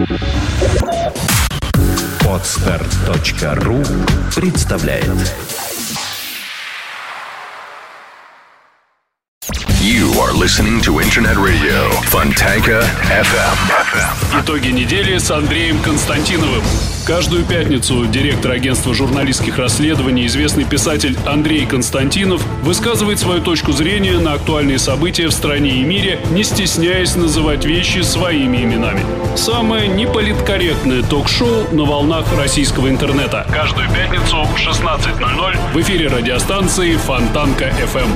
Podster.ru представляет. You are listening to Internet Radio Fontanka FM. Итоги недели с Андреем Константиновым. Каждую пятницу директор агентства журналистских расследований, известный писатель Андрей Константинов высказывает свою точку зрения на актуальные события в стране и мире, не стесняясь называть вещи своими именами. Самое неполиткорректное ток-шоу на волнах российского интернета. Каждую пятницу в 16:00 в эфире радиостанции Фонтанка FM.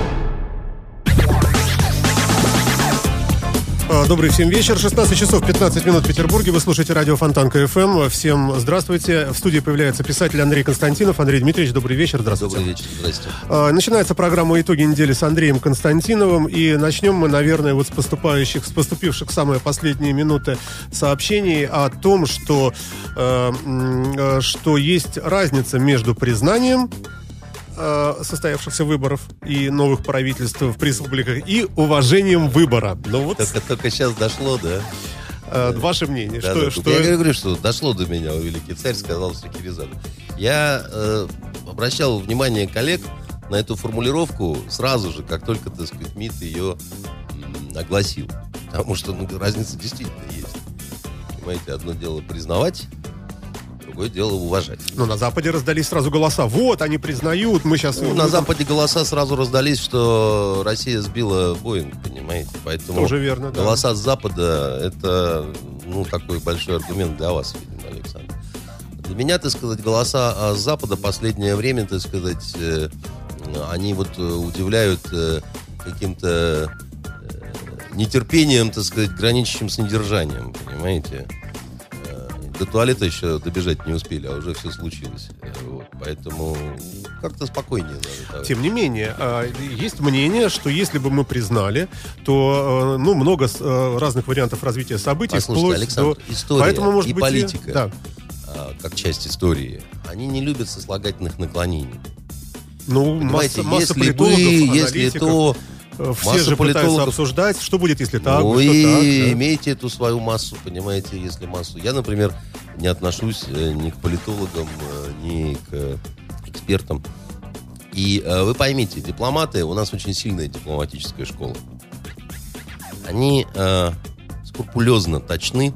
Добрый всем вечер. 16 часов 15 минут в Петербурге. Вы слушаете радио Фонтанка ФМ. Всем здравствуйте. В студии появляется писатель Андрей Константинов. Андрей Дмитриевич, добрый вечер. Здравствуйте. Добрый вечер. Здрасте. Начинается программа «Итоги недели» с Андреем Константиновым. И начнем мы, наверное, вот с поступивших в самые последние минуты сообщений о том, что есть разница между признанием состоявшихся выборов и новых правительств в республиках и уважением выбора. Ну вот только сейчас дошло, да? Ваше мнение? Да, я говорю, что дошло до меня, великий царь сказал Шахерезаду. Я обращал внимание коллег на эту формулировку сразу же, как только, так сказать, МИД ее огласил. Потому что разница действительно есть. Понимаете, одно дело признавать, другое дело уважать. Но на Западе раздались сразу голоса. Вот, они признают, мы сейчас... на Западе голоса сразу раздались, что Россия сбила Боинг, понимаете? Поэтому тоже верно, да. Голоса с Запада — это, такой большой аргумент для вас, видимо, Александр. Для меня, так сказать, голоса с Запада последнее время, так сказать, они вот удивляют каким-то нетерпением, так сказать, граничащим с недержанием, понимаете? До туалета еще добежать не успели, а уже все случилось. Вот. Поэтому как-то спокойнее надо. Тем не менее, есть мнение, что если бы мы признали, то много разных вариантов развития событий. Послушайте, Александр, история Поэтому, может и быть, политика, да, как часть истории, они не любят сослагательных наклонений. Масса если политологов, если то... Все же пытаются обсуждать, что будет, если так, что вы так. Да. Имеете эту свою массу, понимаете, если массу. Я, например, не отношусь ни к политологам, ни к экспертам. И вы поймите, дипломаты, у нас очень сильная дипломатическая школа. Они скрупулезно точны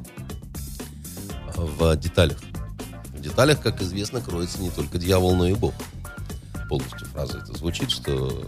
в деталях. В деталях, как известно, кроется не только дьявол, но и Бог. Полностью фраза это звучит, что...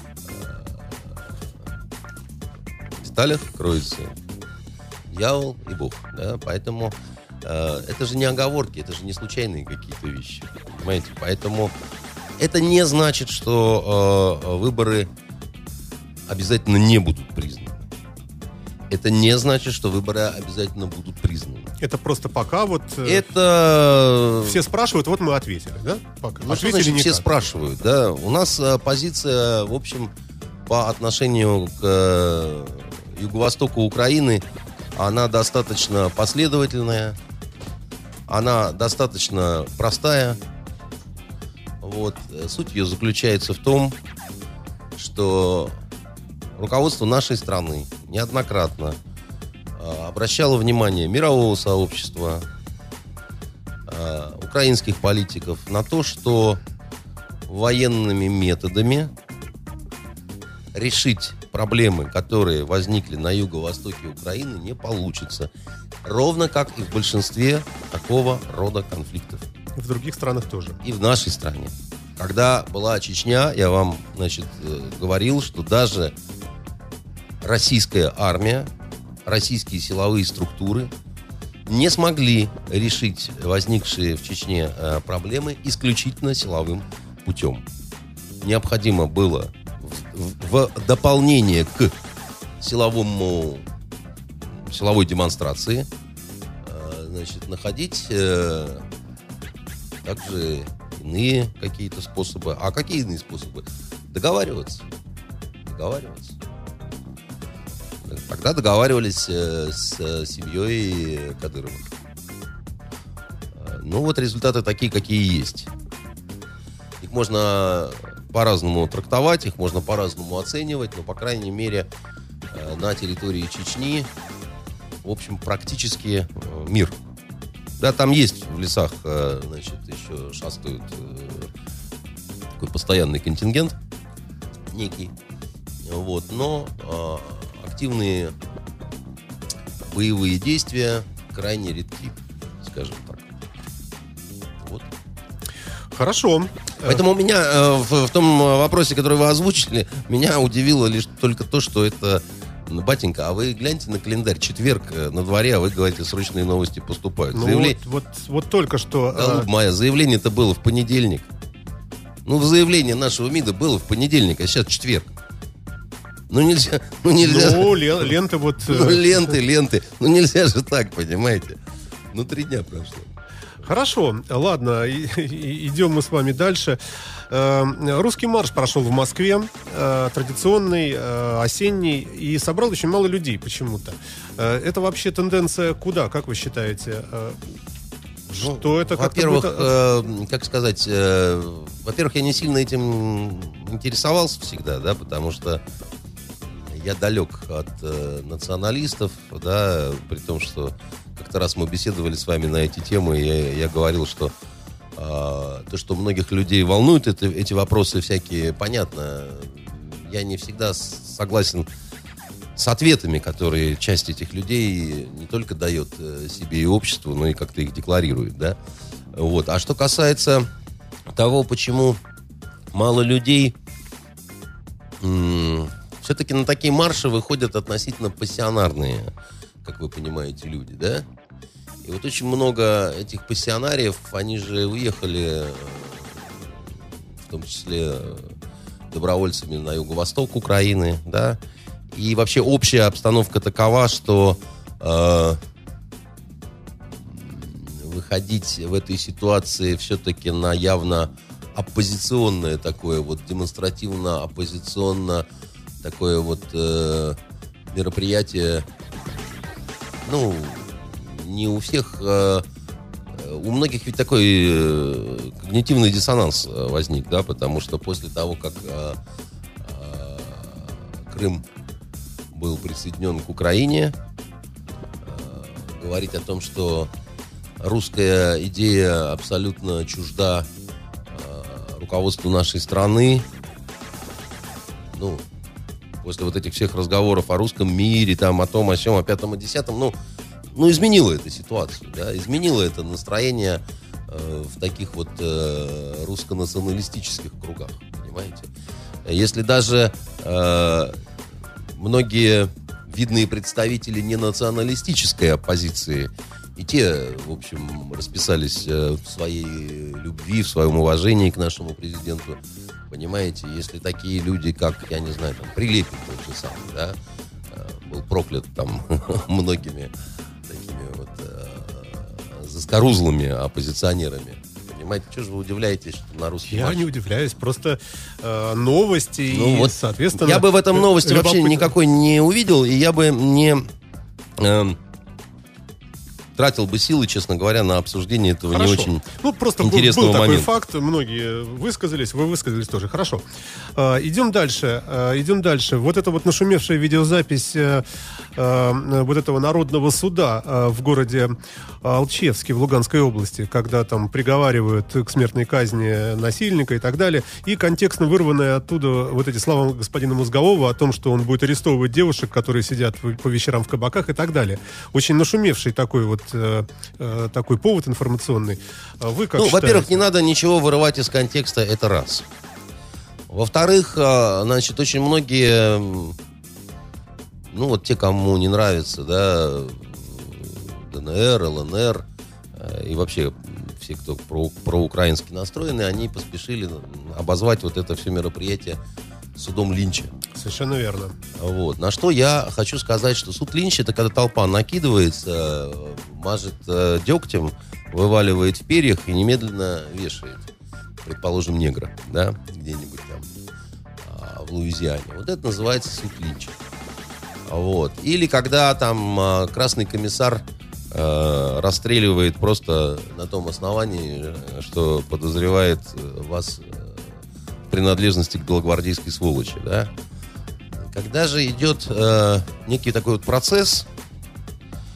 В деталях кроется дьявол и Бог, да, поэтому это же не оговорки, это же не случайные какие-то вещи, понимаете, поэтому это не значит, что выборы обязательно не будут признаны. Это не значит, что выборы обязательно будут признаны. Это просто пока вот... Это... Все спрашивают, вот мы ответили, да? Пока. Что значит все спрашивают, да? У нас позиция, в общем, по отношению к юго-востоку Украины, она достаточно последовательная, она достаточно простая. Вот. Суть ее заключается в том, что руководство нашей страны неоднократно обращало внимание мирового сообщества, украинских политиков на то, что военными методами решить проблемы, которые возникли на юго-востоке Украины, не получится. Ровно как и в большинстве такого рода конфликтов. В других странах тоже. И в нашей стране. Когда была Чечня, я вам, говорил, что даже российская армия, российские силовые структуры не смогли решить возникшие в Чечне проблемы исключительно силовым путем. Необходимо было в дополнение к силовой демонстрации находить также иные какие-то способы. А какие иные способы? Договариваться. Тогда договаривались с семьей Кадыровых. Результаты такие, какие есть. Их можно по-разному трактовать, их можно по-разному оценивать, но, по крайней мере, на территории Чечни, в общем, практически мир. Да, там есть в лесах, значит, еще шастают такой постоянный контингент некий. Вот, но активные боевые действия крайне редки, скажем так. Вот. Хорошо. Поэтому меня в том вопросе, который вы озвучили, меня удивило лишь только то, что это... Батенька, а вы гляньте на календарь. Четверг на дворе, а вы говорите, срочные новости поступают. Ну вот только что... Голубь моя, заявление-то было в понедельник. Ну, заявление нашего МИДа было в понедельник, а сейчас четверг. Ну, нельзя... Ну, ленты вот... Ну, ленты. Ну, нельзя же так, понимаете? Ну, 3 дня прошло. Хорошо, ладно, идем мы с вами дальше. Русский марш прошел в Москве, традиционный, осенний, и собрал очень мало людей почему-то. Это вообще тенденция куда, как вы считаете? Что это как-то... Во-первых, как сказать, во-первых, я не сильно этим интересовался всегда, да, потому что я далек от националистов, да, при том, что как-то раз мы беседовали с вами на эти темы, и я говорил, что то, что многих людей волнует эти вопросы всякие, понятно. Я не всегда согласен с ответами, которые часть этих людей не только дает себе и обществу, но и как-то их декларирует, да. Вот. А что касается того, почему мало людей, все-таки на такие марши выходят относительно пассионарные, как вы понимаете, люди, да? И вот очень много этих пассионариев, они же уехали, в том числе добровольцами на юго-восток Украины, да? И вообще общая обстановка такова, что выходить в этой ситуации все-таки на явно оппозиционное такое вот, демонстративно оппозиционно такое вот мероприятие, ну, не у всех, у многих ведь такой когнитивный диссонанс возник, да, потому что после того, как Крым был присоединен к Украине, говорить о том, что русская идея абсолютно чужда руководству нашей страны, ну, после вот этих всех разговоров о русском мире, там, о том, о сём, о пятом, о десятом, ну, изменило это ситуацию, да, изменило это настроение в таких вот русско-националистических кругах, понимаете? Если даже многие видные представители ненационалистической оппозиции, и те, в общем, расписались в своей любви, в своем уважении к нашему президенту, понимаете, если такие люди, как, я не знаю, там, Прилепин тот же самый, да, был проклят там многими такими вот заскорузлыми оппозиционерами, понимаете, что же вы удивляетесь, что на русский марш? Я не удивляюсь, просто новости, ну, и, вот, соответственно... Я бы в этом новости вообще никакой не увидел, и я бы не... тратил бы силы, честно говоря, на обсуждение этого не очень просто интересного был момента. Такой факт, многие высказались, вы высказались тоже. Хорошо. Идем дальше. Вот эта вот нашумевшая видеозапись вот этого народного суда в городе Алчевске в Луганской области, когда там приговаривают к смертной казни насильника и так далее, и контекстно вырванные оттуда вот эти слова господина Мозгового о том, что он будет арестовывать девушек, которые сидят по вечерам в кабаках и так далее. Очень нашумевший такой вот такой повод информационный. Вы как считаете? Во-первых, не надо ничего вырывать из контекста, это раз. Во-вторых, значит, очень многие, ну, вот те, кому не нравится, да, ДНР, ЛНР и вообще все, кто проукраински настроены, они поспешили обозвать вот это все мероприятие судом Линча. Совершенно верно. Вот. На что я хочу сказать, что суд Линча — это когда толпа накидывается, мажет дегтем, вываливает в перьях и немедленно вешает, предположим, негра, да, где-нибудь там в Луизиане. Вот это называется суд Линча. Вот. Или когда там красный комиссар расстреливает просто на том основании, что подозревает вас в принадлежности к белогвардейской сволочи, да. Когда же идет некий такой вот процесс,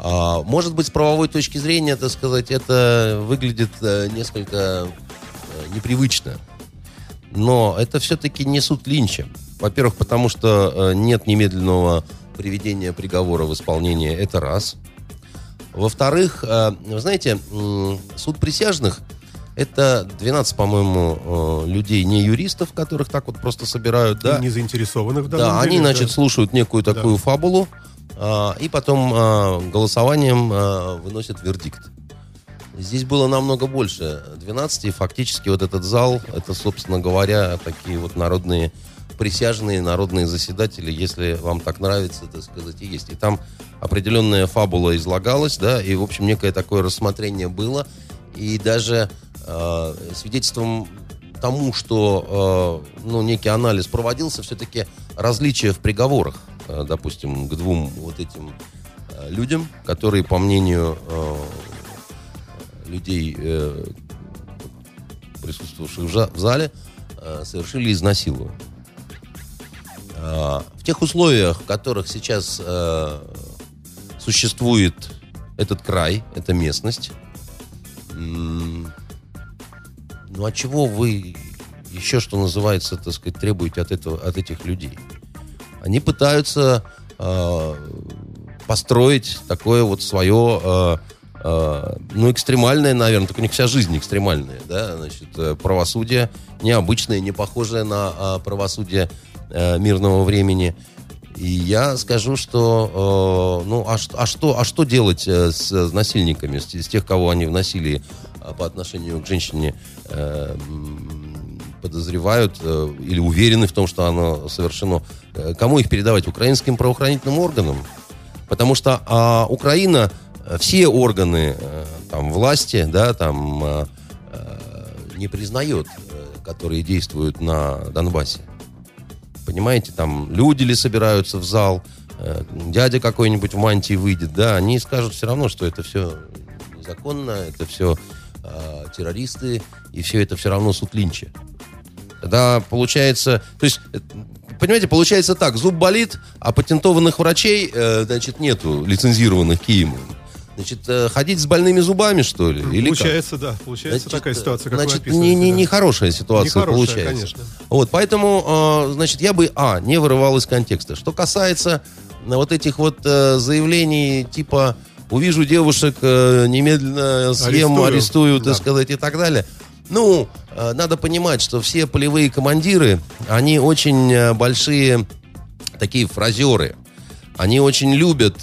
Может быть, с правовой точки зрения, так сказать, это выглядит несколько непривычно. Но это все-таки не суд Линча. Во-первых, потому что нет немедленного приведения приговора в исполнение. Это раз. Во-вторых, вы знаете, суд присяжных — это 12, по-моему, людей, не юристов, которых так вот просто собирают. Да? Не заинтересованных в данном деле. Они, значит, слушают некую такую фабулу, и потом голосованием выносят вердикт. Здесь было намного больше 12, и фактически вот этот зал, это, собственно говоря, такие вот народные присяжные, народные заседатели, если вам так нравится, так сказать, и есть. И там определенная фабула излагалась, да, и, в общем, некое такое рассмотрение было, и даже свидетельством тому, что некий анализ проводился, все-таки различия в приговорах, допустим, к двум вот этим людям, которые, по мнению людей, присутствовавших в зале, совершили изнасилование. В тех условиях, в которых сейчас существует этот край, эта местность, а чего вы еще, что называется, так сказать, требуете от этих людей? Они пытаются построить такое вот свое, экстремальное, наверное, только у них вся жизнь экстремальная, да, значит, правосудие необычное, не похожее на правосудие мирного времени. И я скажу, что что делать с насильниками, с тех, кого они в насилии по отношению к женщине подозревают или уверены в том, что оно совершено? Кому их передавать? Украинским правоохранительным органам? Потому что Украина, все органы там, власти, да, там, не признает, которые действуют на Донбассе. Понимаете, там люди ли собираются в зал, дядя какой-нибудь в мантии выйдет, да, они скажут все равно, что это все незаконно, это все террористы, и все это все равно суд Линча. Тогда получается, то есть, понимаете, получается так, зуб болит, а патентованных врачей, значит, нету, лицензированных Киевом. Значит, ходить с больными зубами, что ли? Или получается, как? Да. Получается, значит, такая ситуация, как значит, вы описываете. Нехорошая ситуация нехорошая, получается. Конечно. Вот, поэтому, значит, я бы, не вырывал из контекста. Что касается вот этих вот заявлений, типа, увижу девушек, немедленно съем, арестую, так сказать, и так далее. Надо понимать, что все полевые командиры, они очень большие такие фразеры. Они очень любят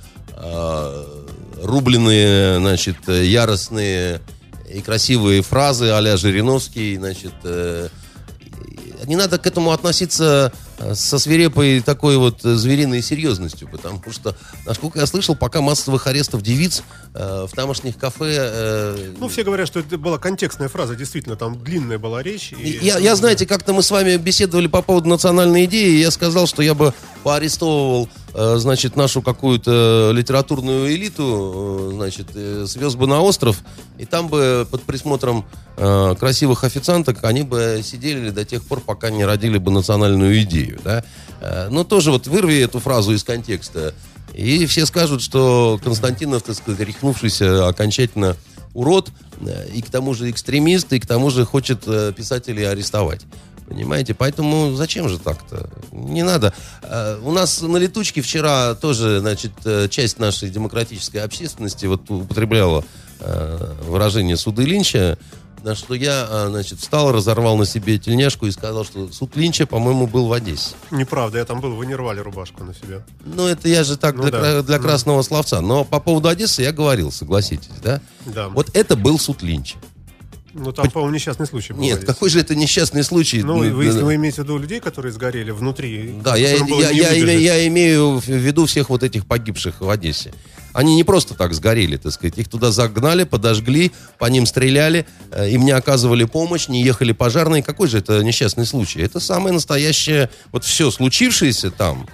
рубленые, значит, яростные и красивые фразы а-ля Жириновский, значит, не надо к этому относиться со свирепой такой вот звериной серьезностью, потому что, насколько я слышал, пока массовых арестов девиц в тамошних кафе... все говорят, что это была контекстная фраза, действительно, там длинная была речь. Я, знаете, как-то мы с вами беседовали по поводу национальной идеи, и я сказал, что я бы поарестовывал, значит, нашу какую-то литературную элиту, значит, свез бы на остров, и там бы под присмотром красивых официанток они бы сидели до тех пор, пока не родили бы национальную идею, да. Тоже вот вырви эту фразу из контекста, и все скажут, что Константинов, так сказать, рехнувшийся окончательно урод, и к тому же экстремист, и к тому же хочет писателей арестовать. Понимаете? Поэтому зачем же так-то? Не надо. У нас на летучке вчера тоже, значит, часть нашей демократической общественности вот употребляла выражение суды Линча, на что я, значит, встал, разорвал на себе тельняшку и сказал, что суд Линча, по-моему, был в Одессе. Неправда, я там был, вы не рвали рубашку на себя. Это я же так для красного словца. Но по поводу Одессы я говорил, согласитесь, да? Да. Вот это был суд Линча. Там, по-моему, несчастный случай был. Нет, какой же это несчастный случай? Если вы имеете в виду людей, которые сгорели внутри... Да, я имею в виду всех вот этих погибших в Одессе. Они не просто так сгорели, так сказать. Их туда загнали, подожгли, по ним стреляли, им не оказывали помощь, не ехали пожарные. Какой же это несчастный случай? Это самое настоящее... Вот все случившееся там,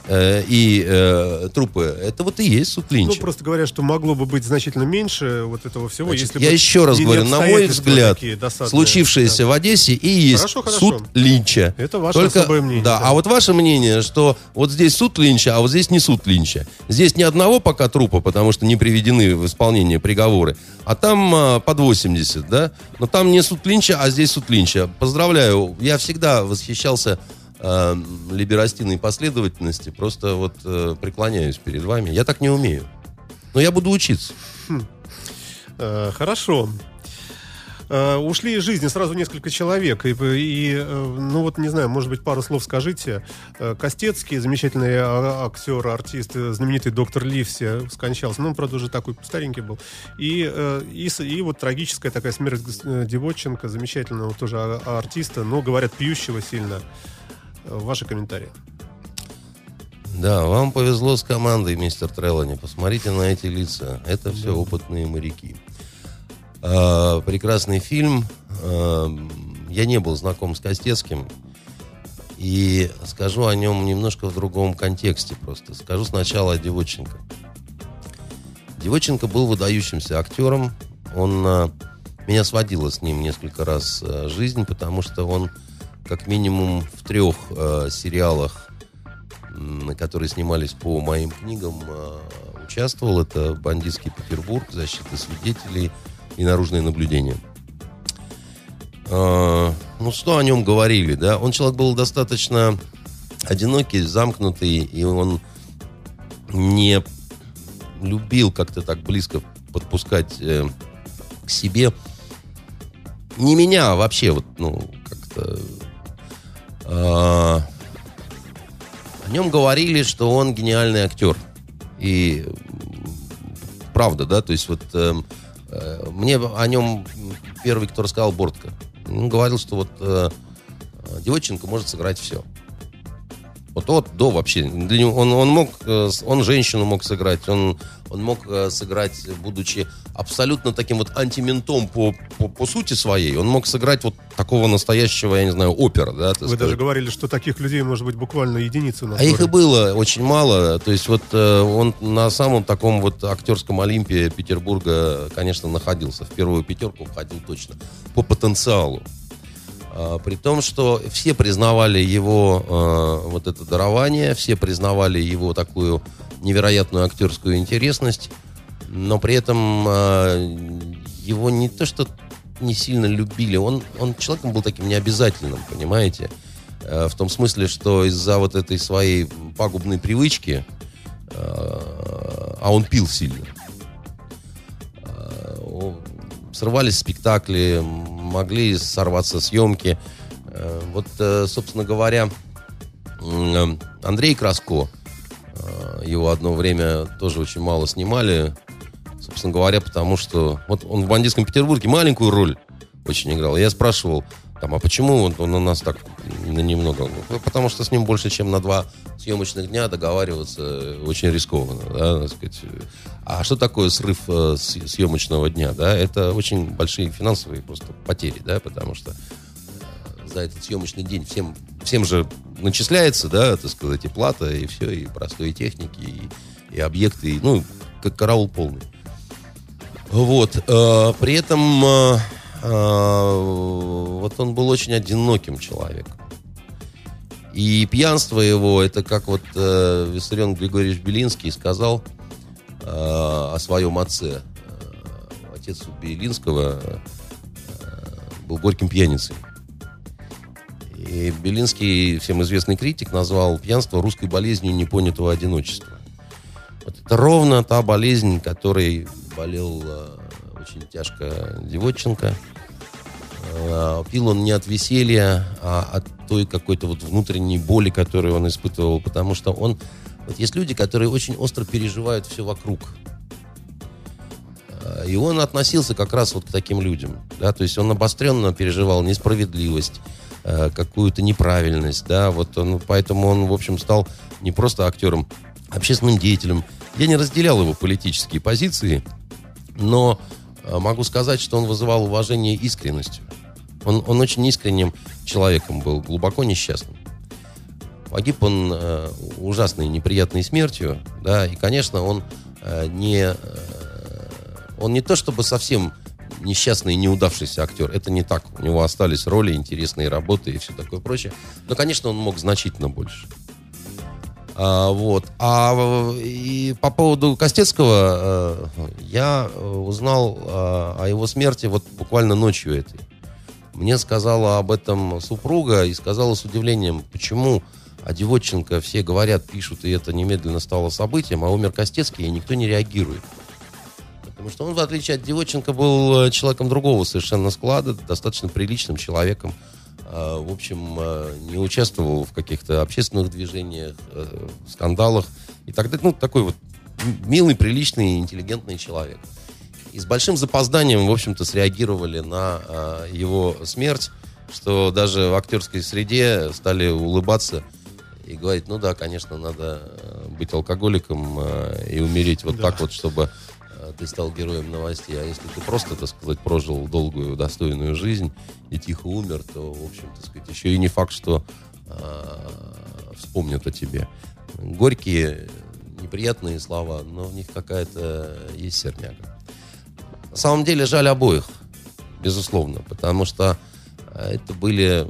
и трупы, это вот и есть суд Линча. Ну, просто говорят, что могло бы быть значительно меньше вот этого всего. Значит, если я бы еще раз говорю, на мой взгляд, случившееся в Одессе и есть суд Линча. Это ваше особое мнение. Да, а вот ваше мнение, что вот здесь суд Линча, а вот здесь не суд Линча. Здесь ни одного пока трупа, потому что не приведены в исполнение приговоры, а там под 80, да? Но там не суд Линча, а здесь суд Линча. Поздравляю, я всегда восхищался либерастинной последовательности, просто вот преклоняюсь перед вами. Я так не умею. Но я буду учиться. Хорошо. Ушли из жизни сразу несколько человек. Ну вот, не знаю, может быть, пару слов скажите. Костецкий, замечательный актер, артист, знаменитый доктор Ливси, скончался. Ну, он, правда, уже такой старенький был. И вот трагическая такая смерть Девотченко, замечательного тоже артиста, но, говорят, пьющего сильно. Ваши комментарии. Да, вам повезло с командой, мистер Трелани. Посмотрите на эти лица. Это все опытные моряки. Прекрасный фильм. Я не был знаком с Костецким. И скажу о нем немножко в другом контексте просто. Скажу сначала о Девотченко. Девотченко был выдающимся актером. Меня сводила с ним несколько раз жизнь, потому что он как минимум в 3 сериалах, которые снимались по моим книгам, участвовал. Это «Бандитский Петербург», «Защита свидетелей» и «Наружное наблюдение». Ну, что о нем говорили, да? Он человек был достаточно одинокий, замкнутый, и он не любил как-то так близко подпускать к себе. Не меня, а вообще, вот, ну, как-то... О нем говорили, что он гениальный актер. И правда, да, то есть вот мне о нем первый, кто рассказал, Бортко. Он говорил, что вот Девотченко может сыграть все. Вот до вообще. Для него, он женщину мог сыграть, он мог сыграть, будучи абсолютно таким вот антиментом по сути своей. Он мог сыграть вот такого настоящего, я не знаю, опера. Да, вы даже говорили, что таких людей может быть буквально единицы. А их и было очень мало. То есть вот он на самом таком вот актерском Олимпе Петербурга, конечно, находился. В первую 5 входил точно. По потенциалу. При том, что все признавали его вот это дарование, все признавали его такую невероятную актерскую интересность, но при этом его не то что не сильно любили, он человеком был таким необязательным, понимаете? В том смысле, что из-за вот этой своей пагубной привычки, а он пил сильно, срывались спектакли, могли сорваться съемки. Вот, собственно говоря, Андрей Краско, его одно время тоже очень мало снимали, собственно говоря, потому что вот он в «Бандитском Петербурге» маленькую роль очень играл. Я спрашивал, а почему он у нас так немного? Потому что с ним больше, чем на 2 съемочных дня договариваться очень рискованно. Да, так сказать. А что такое срыв съемочного дня? Да? Это очень большие финансовые просто потери, да, потому что за этот съемочный день всем же начисляется, да, так сказать, и плата, и все, и простой техники, и объекты, и, ну, как караул полный. Вот. При этом вот он был очень одиноким человеком. И пьянство его, это как вот Виссарион Григорьевич Белинский сказал о своем отце. Отец Белинского был горьким пьяницей. И Белинский, всем известный критик, назвал пьянство русской болезнью непонятого одиночества. Вот это ровно та болезнь, которой болел очень тяжко Девотченко. Пил он не от веселья, а от той какой-то вот внутренней боли, которую он испытывал, потому что вот есть люди, которые очень остро переживают все вокруг. И он относился как раз вот к таким людям. Да? То есть он обостренно переживал несправедливость, какую-то неправильность. Да? Вот поэтому он, в общем, стал не просто актером, а общественным деятелем. Я не разделял его политические позиции, но могу сказать, что он вызывал уважение искренностью. Он очень искренним человеком был, глубоко несчастным. Погиб он ужасной, неприятной смертью, да, и, конечно, он не то чтобы совсем несчастный, неудавшийся актер. Это не так. У него остались роли, интересные работы и все такое прочее. Но, конечно, он мог значительно больше. И по поводу Костецкого я узнал о его смерти вот буквально ночью этой. Мне сказала об этом супруга и сказала с удивлением, почему о Девотченко все говорят, пишут, и это немедленно стало событием, а умер Костецкий, и никто не реагирует. Потому что он, в отличие от Девотченко, был человеком другого совершенно склада, достаточно приличным человеком. В общем, не участвовал в каких-то общественных движениях, скандалах и так далее. Ну, такой вот милый, приличный, интеллигентный человек. И с большим запозданием, в общем-то, среагировали на его смерть, что даже в актерской среде стали улыбаться и говорить, ну да, конечно, надо быть алкоголиком и умереть вот так вот, чтобы ты стал героем новостей. А если ты просто, так сказать, прожил долгую, достойную жизнь и тихо умер, то, в общем, так сказать, еще и не факт, что вспомнят о тебе. Горькие, неприятные слова, но в них какая-то есть сермяга. На самом деле жаль обоих, безусловно, потому что это были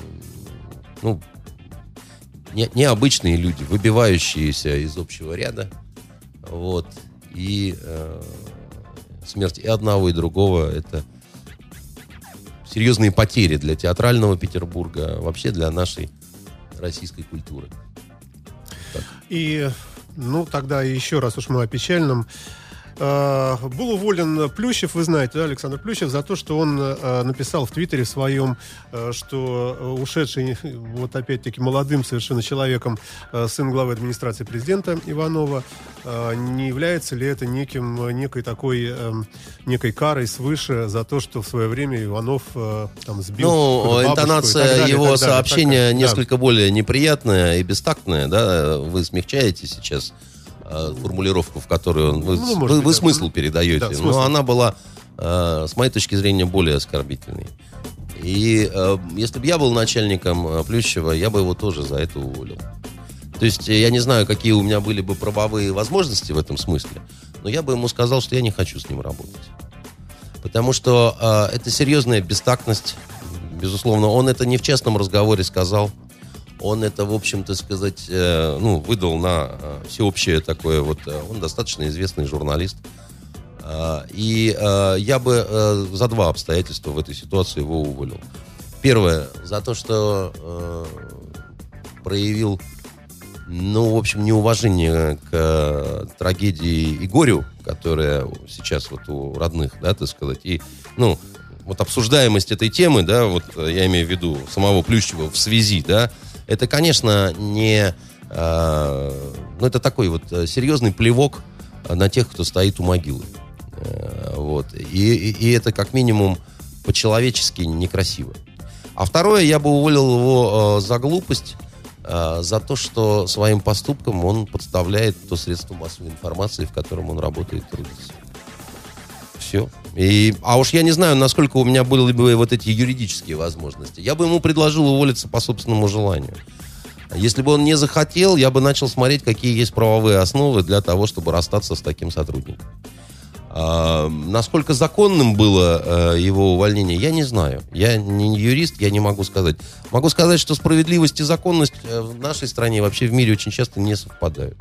необычные люди, выбивающиеся из общего ряда. Вот. И смерть и одного, и другого — это серьезные потери для театрального Петербурга, вообще для нашей российской культуры. Так. И, тогда еще раз уж мы о печальном. Был уволен Плющев, вы знаете, да, Александр Плющев, за то, что он написал в Твиттере своем, что ушедший, вот опять-таки молодым совершенно человеком, сын главы администрации президента Иванова, не является ли это некой карой свыше за то, что в свое время Иванов там сбил интонация его сообщения несколько более неприятная и бестактная, да, вы смягчаете сейчас формулировку, в которую вы смысл передаете. Да, но она была, с моей точки зрения, более оскорбительной. И если бы я был начальником Плющева, я бы его тоже за это уволил. То есть я не знаю, какие у меня были бы правовые возможности в этом смысле, но я бы ему сказал, что я не хочу с ним работать. Потому что это серьезная бестактность. Безусловно, он это не в частном разговоре сказал. Он это, в общем-то сказать, выдал на всеобщее такое вот... Он достаточно известный журналист. И я бы за два обстоятельства в этой ситуации его уволил. Первое, за то, что проявил, в общем, неуважение к трагедии и горю, которая сейчас вот у родных, да, так сказать. И, вот обсуждаемость этой темы, да, вот я имею в виду самого Плющева в связи, да, это, конечно, не... это такой вот серьезный плевок на тех, кто стоит у могилы. Вот. И это, как минимум, по-человечески некрасиво. А второе, я бы уволил его за глупость, за то, что своим поступком он подставляет то средство массовой информации, в котором он работает и трудится. Все. А уж я не знаю, насколько у меня были бы вот эти юридические возможности. Я бы ему предложил уволиться по собственному желанию. Если бы он не захотел, я бы начал смотреть, какие есть правовые основы для того, чтобы расстаться с таким сотрудником. Насколько законным было его увольнение, я не знаю. Я не юрист, я не могу сказать. Могу сказать, что справедливость и законность в нашей стране, вообще в мире, очень часто не совпадают.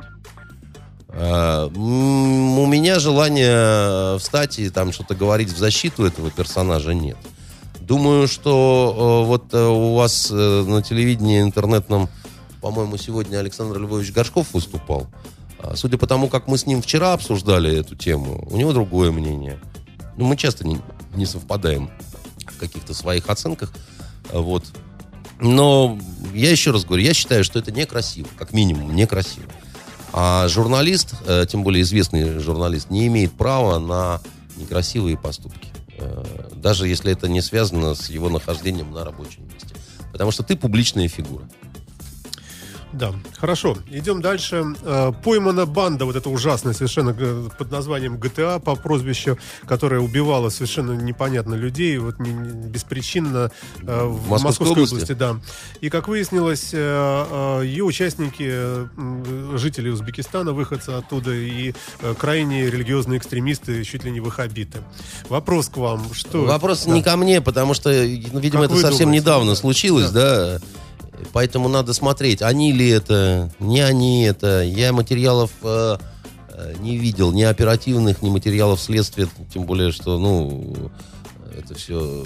У меня желания встать и там что-то говорить в защиту этого персонажа нет. Думаю, что вот у вас на телевидении интернетном, по-моему, сегодня Александр Львович Горшков выступал. Судя по тому, как мы с ним вчера обсуждали эту тему, у него другое мнение. Мы часто не совпадаем в каких-то своих оценках. Вот. Но я еще раз говорю, я считаю, что это некрасиво, как минимум некрасиво. А журналист, тем более известный журналист, не имеет права на некрасивые поступки. Даже если это не связано с его нахождением на рабочем месте. Потому что ты публичная фигура. Да, хорошо. Идем дальше. Поймана банда, вот эта ужасная совершенно под названием GTA по прозвищу, которая убивала совершенно непонятно людей, вот беспричинно в Московской области, да. И, как выяснилось, ее участники, жители Узбекистана, выходцы оттуда, и крайне религиозные экстремисты, чуть ли не ваххабиты. Вопрос к вам, что... Вопрос не ко мне, потому что, видимо, это совсем недавно случилось, да. Поэтому надо смотреть, они ли это, не они это. Я материалов не видел, ни оперативных, ни материалов следствия, тем более, что, это все...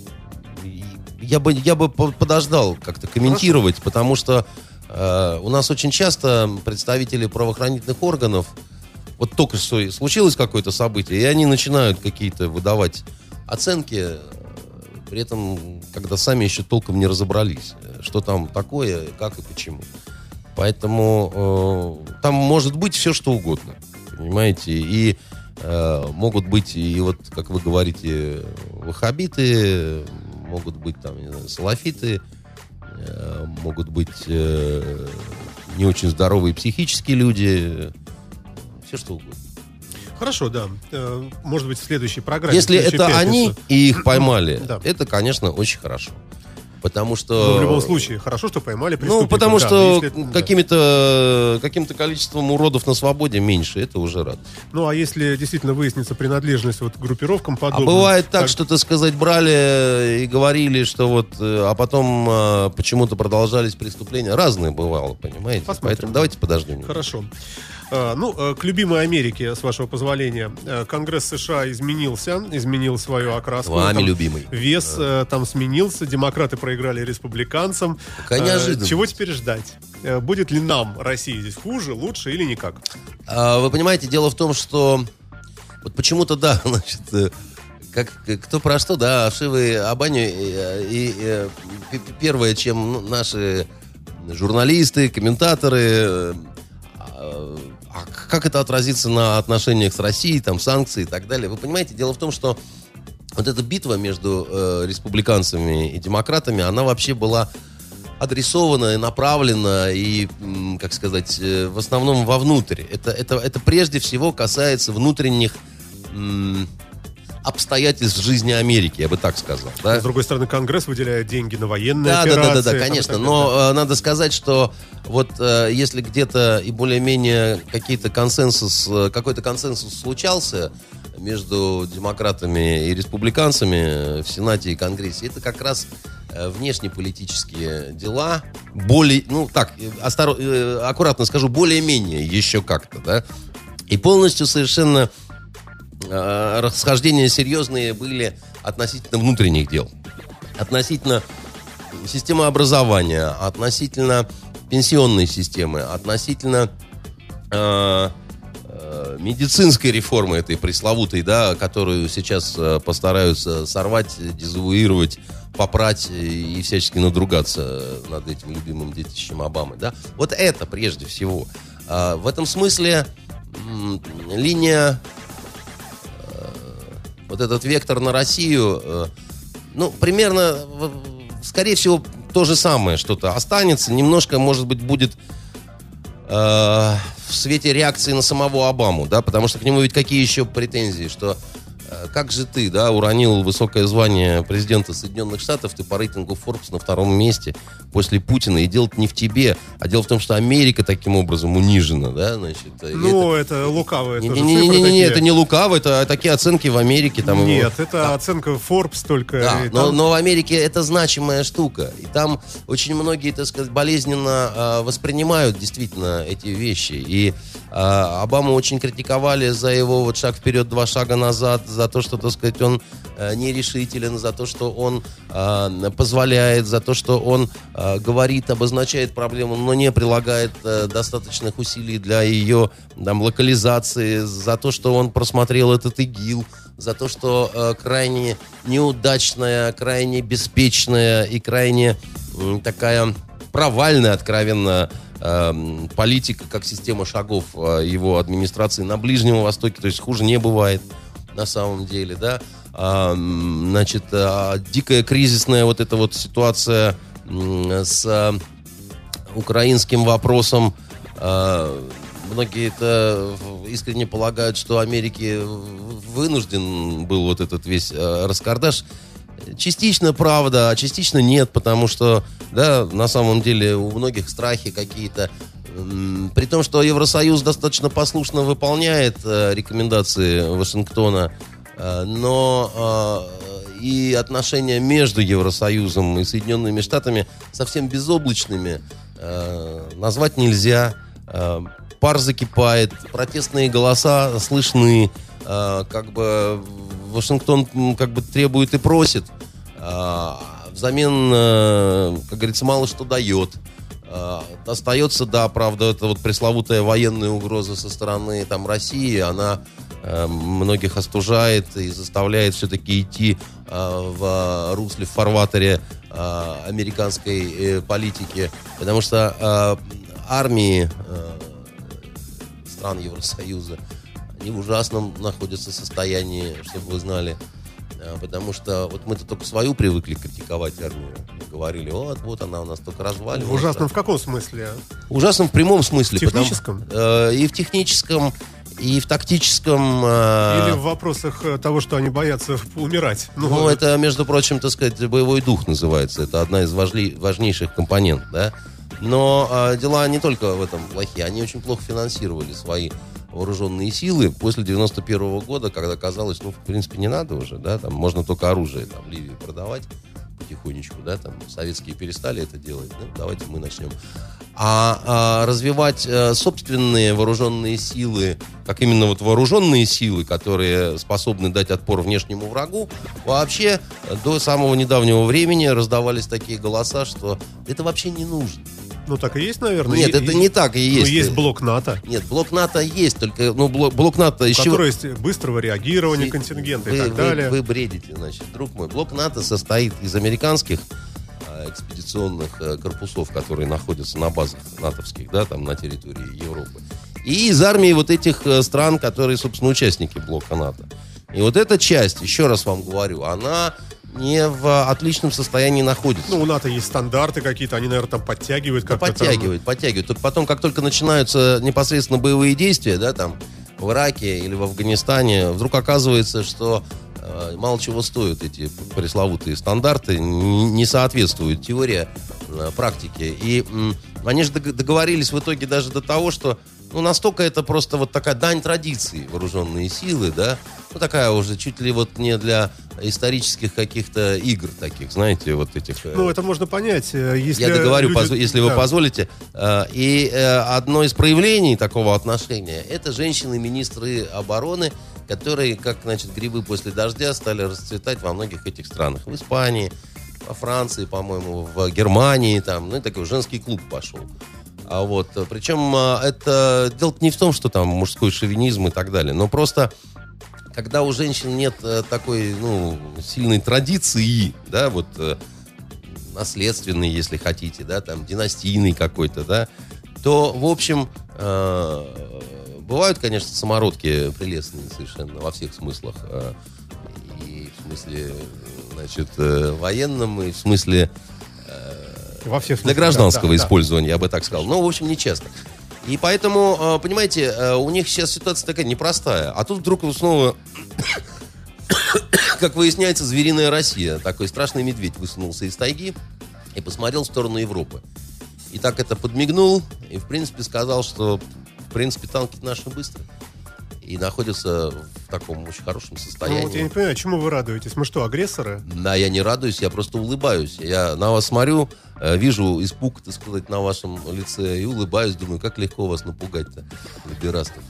Я бы подождал как-то комментировать, потому что у нас очень часто представители правоохранительных органов, вот только что случилось какое-то событие, и они начинают какие-то выдавать оценки, при этом, когда сами еще толком не разобрались, что там такое, как и почему. Поэтому там может быть все, что угодно, понимаете, и могут быть, и вот, как вы говорите, ваххабиты, могут быть там, не знаю, салафиты, могут быть не очень здоровые психические люди, все, что угодно. Хорошо, да. Может быть, в следующей программе. Если это они и их поймали, да, это, конечно, очень хорошо. Потому что... в любом случае, хорошо, что поймали преступника. Потому что если, каким-то количеством уродов на свободе меньше, это уже радость. А если действительно выяснится принадлежность вот к группировкам подобным... А бывает так, что, так сказать, брали и говорили, что вот... А потом почему-то продолжались преступления. Разные бывало, понимаете? Посмотрим. Поэтому давайте подождем. Хорошо. К любимой Америке, с вашего позволения. Конгресс США изменил свою окраску. Вами любимый. Вес там сменился, демократы проиграли республиканцам. Какая неожиданность. Чего теперь ждать? Будет ли нам, России, здесь хуже, лучше или никак? Вы понимаете, дело в том, что вот почему-то, да, значит, кто про что, да, вшивы Абаню, и первое, чем наши журналисты, комментаторы... как это отразится на отношениях с Россией, там, санкции и так далее. Вы понимаете, дело в том, что вот эта битва между республиканцами и демократами, она вообще была адресована и направлена, и, как сказать, в основном вовнутрь. Это прежде всего касается внутренних обстоятельств жизни Америки, я бы так сказал. Да? С другой стороны, Конгресс выделяет деньги на военные операции. Да, конечно. Но надо сказать, что вот если где-то и более-менее какой-то консенсус случался между демократами и республиканцами в Сенате и Конгрессе, это как раз внешнеполитические дела, аккуратно скажу, более-менее еще как-то, да, и полностью совершенно расхождения серьезные были относительно внутренних дел, относительно системы образования, относительно пенсионной системы, относительно медицинской реформы этой пресловутой, да, которую сейчас постараются сорвать, дезавуировать, попрать и всячески надругаться над этим любимым детищем Обамы, да. Вот это прежде всего. В этом смысле линия, вот этот вектор на Россию, примерно, скорее всего, то же самое что-то останется. Немножко, может быть, будет в свете реакции на самого Обаму, да, потому что к нему ведь какие еще претензии, что как же ты, да, уронил высокое звание президента Соединенных Штатов, ты по рейтингу Forbes на 2-м месте после Путина, и дело-то не в тебе, а дело в том, что Америка таким образом унижена, да, значит. Это лукавые тоже цифры. Не, это не лукаво, это такие оценки в Америке. Там, нет, это оценка Forbes только. Да, но в Америке это значимая штука, и там очень многие, так сказать, болезненно воспринимают действительно эти вещи, и Обаму очень критиковали за его вот шаг вперед, 2 шага назад, за то, что, так сказать, он нерешителен, за то, что он позволяет, за то, что он говорит, обозначает проблему, но не прилагает достаточных усилий для ее локализации, за то, что он просмотрел этот ИГИЛ, за то, что крайне неудачная, крайне беспечная и крайне такая провальная, откровенно, политика, как система шагов его администрации на Ближнем Востоке, то есть хуже не бывает на самом деле, да. Дикая кризисная вот эта вот ситуация с украинским вопросом. Многие это искренне полагают, что Америке вынужден был вот этот весь раскардаш. Частично правда, а частично нет, потому что, да, на самом деле у многих страхи какие-то. При том, что Евросоюз достаточно послушно выполняет рекомендации Вашингтона, но и отношения между Евросоюзом и Соединенными Штатами совсем безоблачными назвать нельзя. Пар закипает, протестные голоса слышны, как бы Вашингтон как бы требует и просит, взамен, как говорится, мало что дает. Остается, да, правда, это вот пресловутая военная угроза со стороны там России, она многих остужает и заставляет все-таки идти в русле, в фарватере американской политики, потому что армии стран Евросоюза, они в ужасном находятся состоянии, чтобы вы знали. Потому что вот мы-то только свою привыкли критиковать армию. Говорили, вот она у нас только разваливается. В ужасном в каком смысле? В ужасном в прямом смысле. В техническом? И в техническом, и в тактическом. Или в вопросах того, что они боятся умирать. Ну, это, между прочим, так сказать, боевой дух называется. Это одна из важнейших компонентов, да. Но дела не только в этом плохие. Они очень плохо финансировали свои вооруженные силы после 91 года, когда казалось, ну, в принципе, не надо уже, да, там можно только оружие там Ливии продавать потихонечку, да, там советские перестали это делать, ну, давайте мы начнем. А развивать собственные вооруженные силы, как именно вот вооруженные силы, которые способны дать отпор внешнему врагу, вообще до самого недавнего времени раздавались такие голоса, что это вообще не нужно. Ну, так и есть, наверное. Нет, это не так и есть. Но есть блок НАТО. Нет, блок НАТО есть, только блок НАТО еще... Который есть быстрого реагирования контингента и так далее. Вы бредите, значит, друг мой. Блок НАТО состоит из американских экспедиционных корпусов, которые находятся на базах натовских, да, там на территории Европы. И из армии вот этих стран, которые, собственно, участники блока НАТО. И вот эта часть, еще раз вам говорю, она не в отличном состоянии находится. Ну, у НАТО есть стандарты какие-то, они, наверное, там подтягивают как-то. Подтягивают. Только потом, как только начинаются непосредственно боевые действия, да, там, в Ираке или в Афганистане, вдруг оказывается, что мало чего стоят эти пресловутые стандарты, не соответствует теория практике. И они же договорились в итоге даже до того, что ну, настолько это просто вот такая дань традиции, вооруженные силы, да, ну, такая уже чуть ли вот не для исторических каких-то игр таких, знаете, вот этих... Ну, это можно понять, если... Я договорю, если вы позволите. И одно из проявлений такого отношения — это женщины-министры обороны, которые, как, значит, грибы после дождя, стали расцветать во многих этих странах. В Испании, во Франции, по-моему, в Германии, там, ну, и такой женский клуб пошел. А вот, причем это дело не в том, что там мужской шовинизм и так далее, но просто когда у женщин нет такой, ну, сильной традиции, да, вот наследственной, если хотите, да, там династийной какой-то, да, то, в общем, бывают, конечно, самородки прелестные совершенно во всех смыслах. И в смысле, значит, военном, и в смысле во всех для гражданского использования, я бы так сказал. Но, в общем, не часто. И поэтому, понимаете, у них сейчас ситуация такая непростая. А тут вдруг снова, как выясняется, звериная Россия. Такой страшный медведь высунулся из тайги и посмотрел в сторону Европы. И так это подмигнул и, в принципе, сказал, что, в принципе, танки наши быстрые. И находятся в таком очень хорошем состоянии. Ну, вот я не понимаю, чему вы радуетесь? Мы что, агрессоры? Да, я не радуюсь, я просто улыбаюсь. Я на вас смотрю, вижу испуг, так сказать, на вашем лице и улыбаюсь, думаю, как легко вас напугать-то, либерастов.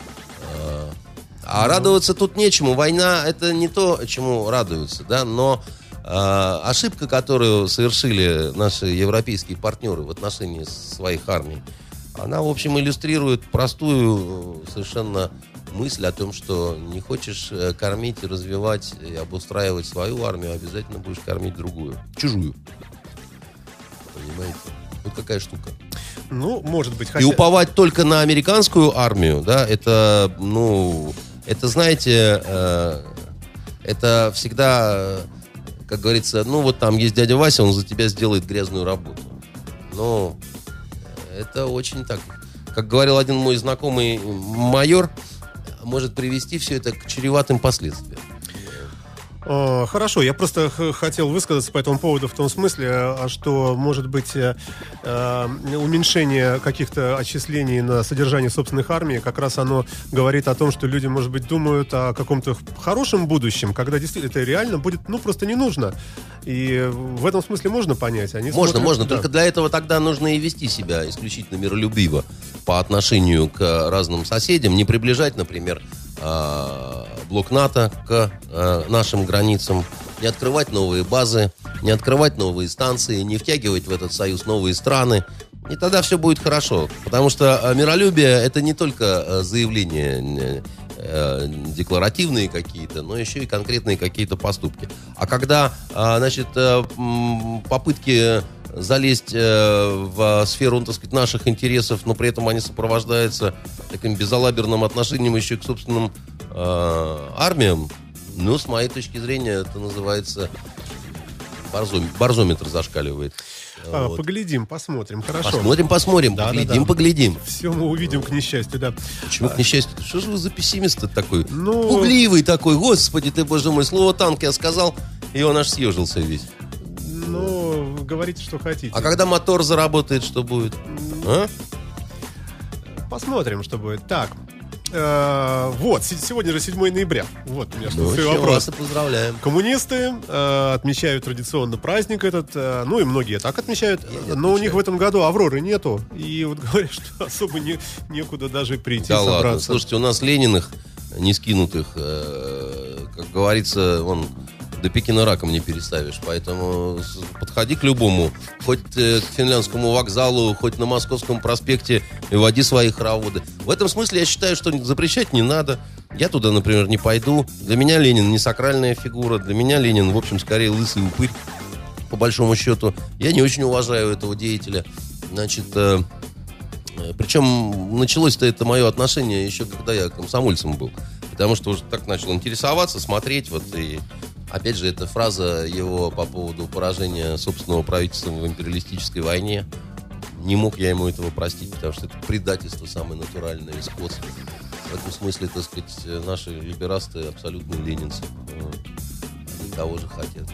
А радоваться тут нечему. Война — это не то, чему радуются, да, но ошибка, которую совершили наши европейские партнеры в отношении своих армий, она, в общем, иллюстрирует простую совершенно мысль о том, что не хочешь кормить и развивать и обустраивать свою армию, обязательно будешь кормить другую. Чужую. Понимаете? Вот какая штука. Ну, может быть, И уповать только на американскую армию, да, это, ну, это, знаете, это всегда, как говорится, ну, вот там есть дядя Вася, он за тебя сделает грязную работу. Но Это очень так, как говорил один мой знакомый майор, может привести все это к чреватым последствиям. Хорошо, я просто хотел высказаться по этому поводу в том смысле, что, может быть, уменьшение каких-то отчислений на содержание собственных армий, как раз оно говорит о том, что люди, может быть, думают о каком-то хорошем будущем, когда действительно это реально будет, просто не нужно. И в этом смысле можно понять. Они можно, да. только для этого тогда нужно и вести себя исключительно миролюбиво по отношению к разным соседям, не приближать, например, блок НАТО к нашим границам, не открывать новые базы, не открывать новые станции, не втягивать в этот союз новые страны. И тогда все будет хорошо. Потому что миролюбие — это не только заявления декларативные какие-то, но еще и конкретные какие-то поступки. А когда, попытки залезть в сферу, так сказать, наших интересов, но при этом они сопровождаются таким безалаберным отношением еще к собственным армиям, с моей точки зрения, это называется барзометр зашкаливает. Вот. Поглядим, посмотрим, хорошо. Посмотрим, поглядим. Все мы увидим, к несчастью, да. Почему к несчастью? Что же вы за пессимист такой? Пугливый такой, господи ты, боже мой, слово танк я сказал, и он аж съежился весь. Говорите, что хотите. А когда мотор заработает, что будет? Посмотрим, что будет. Так, сегодня же 7 ноября. Вот у меня свой вопрос. Вас и поздравляем. Коммунисты отмечают традиционно праздник этот, и многие так отмечают, но у них в этом году Авроры нету, и вот говорят, что особо некуда даже прийти, да собраться. Ладно, слушайте, у нас Лениных, не скинутых, как говорится, до Пекина раком не переставишь, поэтому подходи к любому, хоть к Финляндскому вокзалу, хоть на Московском проспекте, и води свои хороводы. В этом смысле я считаю, что запрещать не надо. Я туда, например, не пойду. Для меня Ленин не сакральная фигура, для меня Ленин, в общем, скорее лысый упырь, по большому счету. Я не очень уважаю этого деятеля. Причем началось-то это мое отношение еще когда я комсомольцем был. Потому что уже так начал интересоваться, смотреть, и опять же, эта фраза его по поводу поражения собственного правительства в империалистической войне. Не мог я ему этого простить, потому что это предательство самое натуральное и скотство. В этом смысле, так сказать, наши либерасты абсолютно ленинцы. Они того же хотят.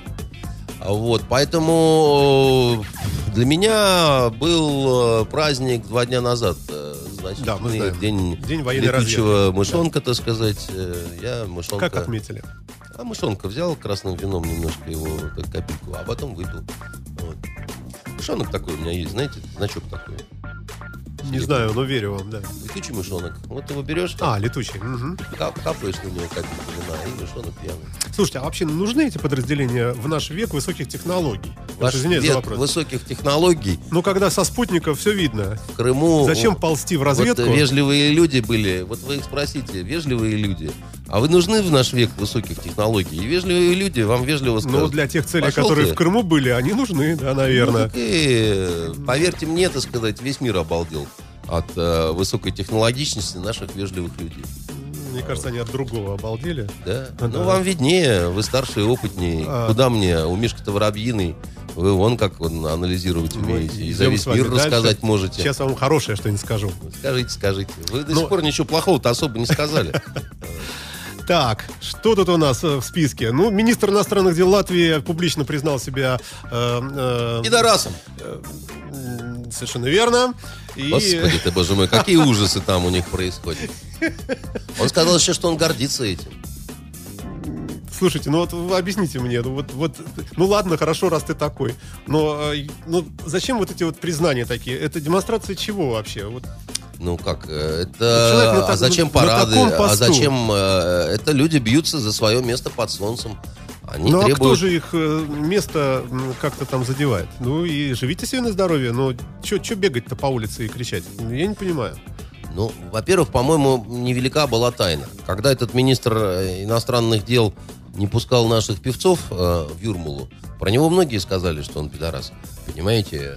Поэтому для меня был праздник 2 дня назад. Значительный день военной летучего мышонка, так сказать. Я мышонка... Как отметили? Мышонка взял красным вином немножко его, капельку, а потом выпил. Мышонок такой у меня есть, знаете, значок такой. Не знаю, но верю вам, да. Летучий мышонок. Вот его берешь, летучий. Угу. Капаешь на него капельку вина, и мышонок пьяный. Слушайте, а вообще нужны эти подразделения в наш век высоких технологий? Ваш век высоких технологий. Когда со спутников все видно. В Крыму... Зачем ползти в разведку? Вежливые люди были. Вы их спросите, вежливые люди. А вы нужны в наш век высоких технологий? И вежливые люди вам вежливо скажут. Для тех целей, которые в Крыму были, они нужны, да, наверное. Поверьте мне, так сказать, весь мир обалдел от высокой технологичности наших вежливых людей. Мне кажется, они от другого обалдели. Да. Вам виднее, вы старше и опытнее. Куда мне? У Мишка-то воробьиный. Вы как анализировать умеете. И за весь мир рассказать можете. Сейчас я вам хорошее что-нибудь скажу. Скажите. Вы до сих пор ничего плохого-то особо не сказали. Так, что тут у нас в списке? Министр иностранных дел Латвии публично признал себя... пидорасом. Совершенно верно. Господи ты, боже мой, какие ужасы там у них происходят. Он сказал еще, что он гордится этим. Слушайте, вы объясните мне, ладно, хорошо, раз ты такой, но зачем эти признания такие? Это демонстрация чего вообще? Это... зачем парады? А зачем... Это люди бьются за свое место под солнцем. Они требуют... а кто же их место как-то там задевает? И живите себе на здоровье, что бегать-то по улице и кричать? Я не понимаю. Во-первых, по-моему, невелика была тайна. Когда этот министр иностранных дел не пускал наших певцов в Юрмалу, про него многие сказали, что он пидорас. Понимаете?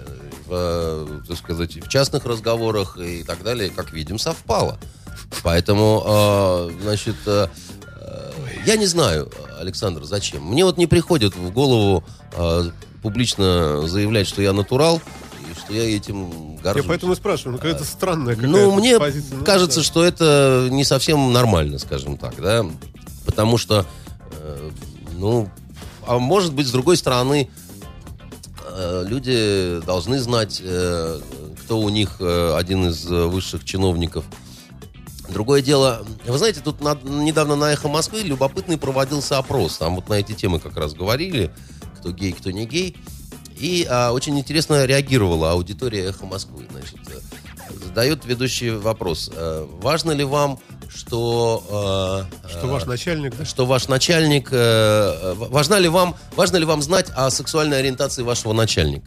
В частных разговорах и так далее, как видим, совпало. Поэтому, я не знаю, Александр, зачем. Мне не приходит в голову публично заявлять, что я натурал, и что я этим горжусь. Я поэтому и спрашиваю, какая-то странная мне позиция. кажется, что это не совсем нормально, скажем так, да, потому что, а может быть, с другой стороны, люди должны знать, кто у них один из высших чиновников. Другое дело, вы знаете, тут недавно на «Эхо Москвы» любопытный проводился опрос. Там вот на эти темы как раз говорили, кто гей, кто не гей. И очень интересно реагировала аудитория «Эхо Москвы». Значит, задает ведущий вопрос. Важно ли вам, что ваш начальник, да? Что ваш начальник... важно ли вам знать о сексуальной ориентации вашего начальника?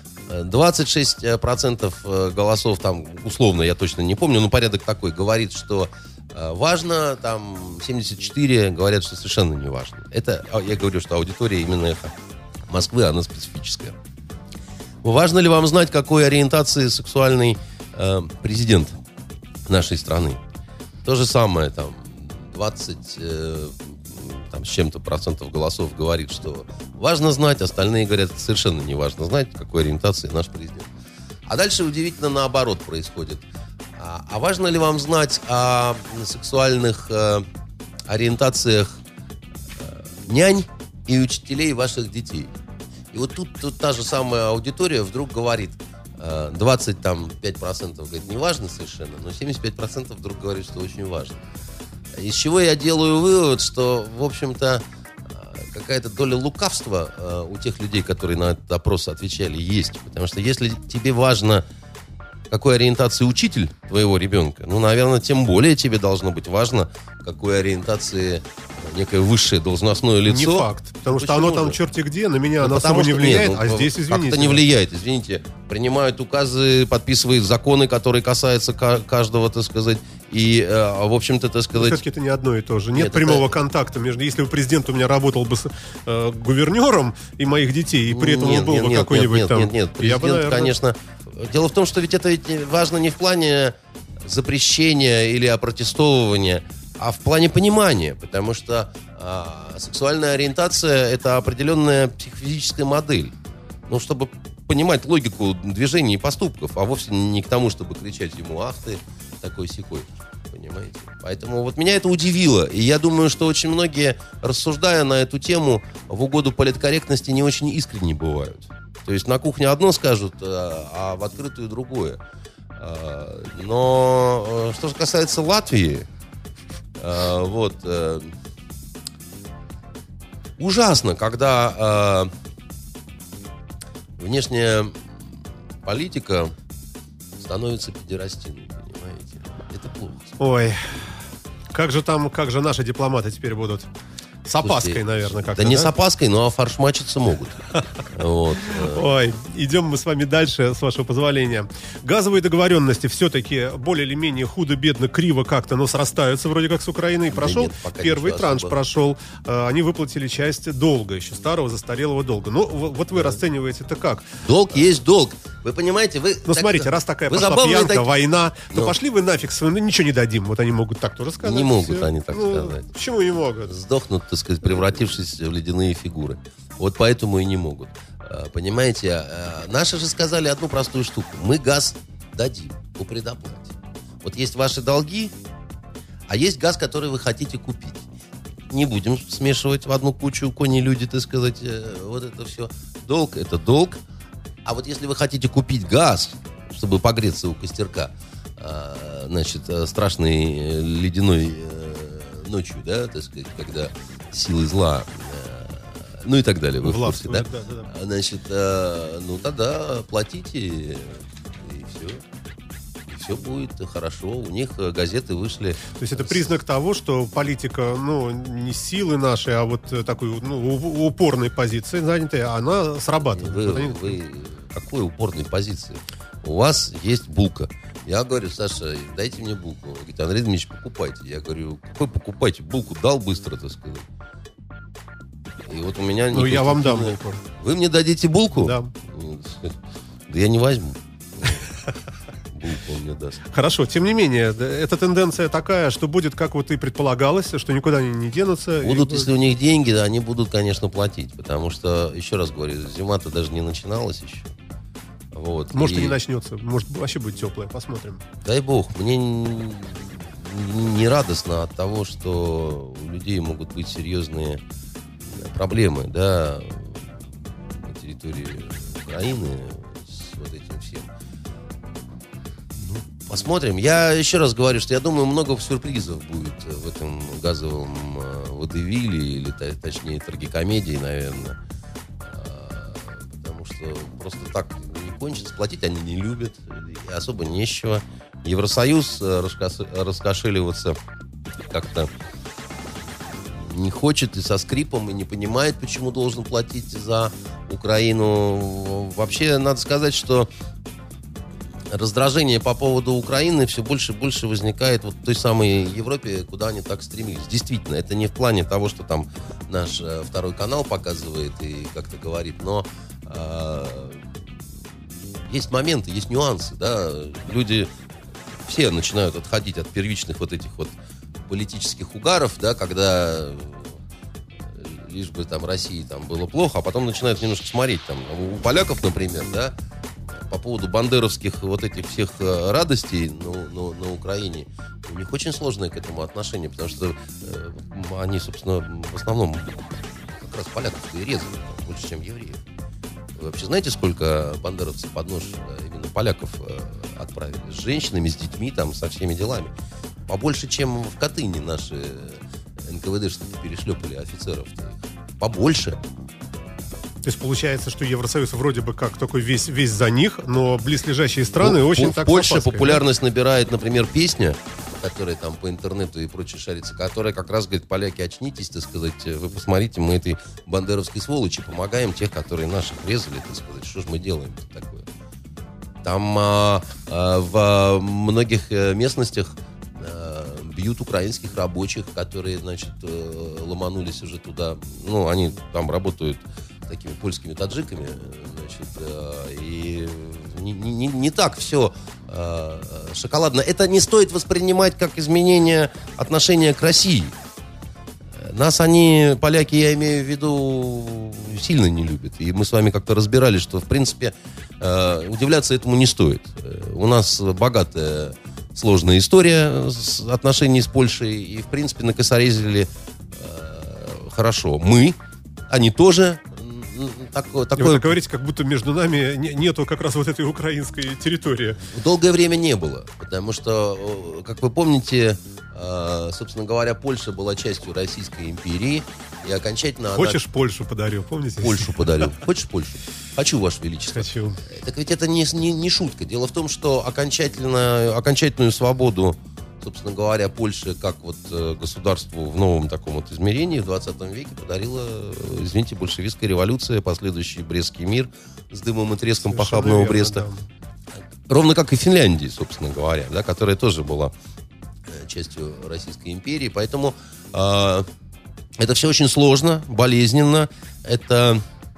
26% голосов, там, условно, я точно не помню, но порядок такой, говорит, что важно, там, 74 говорят, что совершенно не важно. Это, я говорю, что аудитория именно «Эхо Москвы», она специфическая. Важно ли вам знать, какой ориентации сексуальный президент нашей страны? То же самое, там, 20 с чем-то процентов голосов говорит, что важно знать, остальные говорят, совершенно не важно знать, какой ориентации наш президент. А дальше удивительно наоборот происходит. А важно ли вам знать о сексуальных ориентациях нянь и учителей ваших детей? И вот тут та же самая аудитория вдруг говорит, 25% говорит, не важно совершенно, но 75% вдруг говорит, что очень важно. Из чего я делаю вывод, что, в общем-то, какая-то доля лукавства у тех людей, которые на этот опрос отвечали, есть. Потому что если тебе важно, какой ориентации учитель твоего ребенка, наверное, тем более тебе должно быть важно, какой ориентации некое высшее должностное лицо. Не факт, потому что оно там черти где, на меня оно особо не влияет, а здесь, извините. Как-то не влияет, извините. Принимают указы, подписывают законы, которые касаются каждого, так сказать, и, в общем-то, так сказать... Все-таки это не одно и то же. Нет прямого контакта между... Если бы президент у меня работал бы с гувернером и моих детей, и при этом он был бы какой-нибудь там... Нет, президент, конечно... Дело в том, что ведь это важно не в плане запрещения или опротестовывания, а в плане понимания, потому что сексуальная ориентация – это определенная психофизическая модель. Чтобы понимать логику движений и поступков, а вовсе не к тому, чтобы кричать ему «ах ты, такой-сякой». Понимаете? Поэтому вот меня это удивило. И я думаю, что очень многие, рассуждая на эту тему, в угоду политкорректности не очень искренне бывают. То есть на кухне одно скажут, а в открытую другое. Но что же касается Латвии, ужасно, когда внешняя политика становится педерастиной, понимаете? Это плохо. Ой, как же наши дипломаты теперь будут? С опаской, наверное, как-то. Да не с опаской, но фаршмачиться могут. Ой, идем мы с вами дальше, с вашего позволения. Газовые договоренности все-таки более или менее худо-бедно, криво как-то, но срастаются вроде как с Украиной. Прошел первый транш, прошел. Они выплатили часть долга, еще старого застарелого долга. Вот вы расцениваете это как? Долг есть долг. Вы понимаете, вы... Смотрите, раз такая пошла пьянка, война, то пошли вы нафиг, ничего не дадим. Вот они могут так тоже сказать. Не могут они так сказать. Почему не могут? Сдохнут, так сказать, превратившись в ледяные фигуры. Вот поэтому и не могут. Понимаете, наши же сказали одну простую штуку. Мы газ дадим по предоплате. Вот есть ваши долги, а есть газ, который вы хотите купить. Не будем смешивать в одну кучу кони-люди, так сказать, вот это все. Долг – это долг. А вот если вы хотите купить газ, чтобы погреться у костерка, значит, страшной ледяной ночью, да, так сказать, когда силы зла, ну и так далее, вы в курсе, да? Да. Значит, тогда платите, и все. И все будет хорошо. У них газеты вышли. То есть это признак того, что политика, не силы наши, а вот такой, упорной позиции занятая, она срабатывает. Вы какой упорной позиции? У вас есть булка. Я говорю: Саша, дайте мне булку. Он говорит: Андрей Дмитриевич, покупайте. Я говорю: какой покупайте? Булку дал быстро, так сказать. И вот у меня... я вам дам булку. Вы мне дадите булку? Да. Да я не возьму. Булку он мне даст. Хорошо, тем не менее, эта тенденция такая, что будет, как вот и предполагалось, что никуда они не денутся. Если у них деньги, да, они будут, конечно, платить. Потому что, еще раз говорю, зима-то даже не начиналась еще. Вот. Может, и не начнется. Может, вообще будет теплое. Посмотрим. Дай бог. Мне не радостно от того, что у людей могут быть серьезные проблемы, да, на территории Украины с вот этим всем. Посмотрим. Я еще раз говорю, что я думаю, много сюрпризов будет в этом газовом водевиле, или точнее трагикомедии, наверное. Потому что просто так не кончится. Платить они не любят, и особо не с чего. Евросоюз раскошеливаться как-то не хочет и со скрипом, и не понимает, почему должен платить за Украину. Вообще, надо сказать, что раздражение по поводу Украины все больше и больше возникает вот в той самой Европе, куда они так стремились. Действительно, это не в плане того, что там наш второй канал показывает и как-то говорит, но есть моменты, есть нюансы, да, люди все начинают отходить от первичных вот этих вот политических угаров, да, когда лишь бы там России там было плохо, а потом начинают немножко смотреть там у поляков, например, да, по поводу бандеровских вот этих всех радостей на Украине, у них очень сложное к этому отношение, потому что они, собственно, в основном как раз поляков-то и резали там, больше, чем евреев. Вы вообще знаете, сколько бандеровцев под нож именно поляков отправили? С женщинами, с детьми, там, со всеми делами. Побольше, чем в Катыни наши НКВДшники перешлепали офицеров-то. Побольше. То есть получается, что Евросоюз вроде бы как такой весь за них, но близлежащие страны очень так. В Польше популярность набирает, например, песня, которая там по интернету и прочее шарится, которая как раз говорит: поляки, очнитесь, так сказать, вы посмотрите, мы этой бандеровской сволочи помогаем тех, которые наших резали, так сказать, что же мы делаем-то такое? Там в многих местностях бьют украинских рабочих, которые, значит, ломанулись уже туда, ну, они там работают такими польскими таджиками, значит, и не так все шоколадно. Это не стоит воспринимать как изменение отношения к России. Нас они, поляки, я имею в виду, сильно не любят. И мы с вами как-то разбирали, что, в принципе, удивляться этому не стоит. У нас богатая, сложная история отношений с Польшей, и, в принципе, накосорезили хорошо. Мы, они тоже. Вы так говорите, как будто между нами нету как раз вот этой украинской территории. Долгое время не было, потому что, как вы помните, собственно говоря, Польша была частью Российской империи, и окончательно Хочешь, Польшу подарю, помните? Польшу подарю. Хочешь Польшу? Хочу, Ваше Величество. Хочу. Так ведь это не шутка. Дело в том, что окончательную свободу, собственно говоря, Польша как вот государству в новом таком вот измерении в 20 веке подарила, извините, большевистская революция, последующий Брестский мир с дымом и треском похабного Бреста. Да. Ровно как и Финляндии, собственно говоря, да, которая тоже была частью Российской империи. Поэтому это все очень сложно, болезненно. Это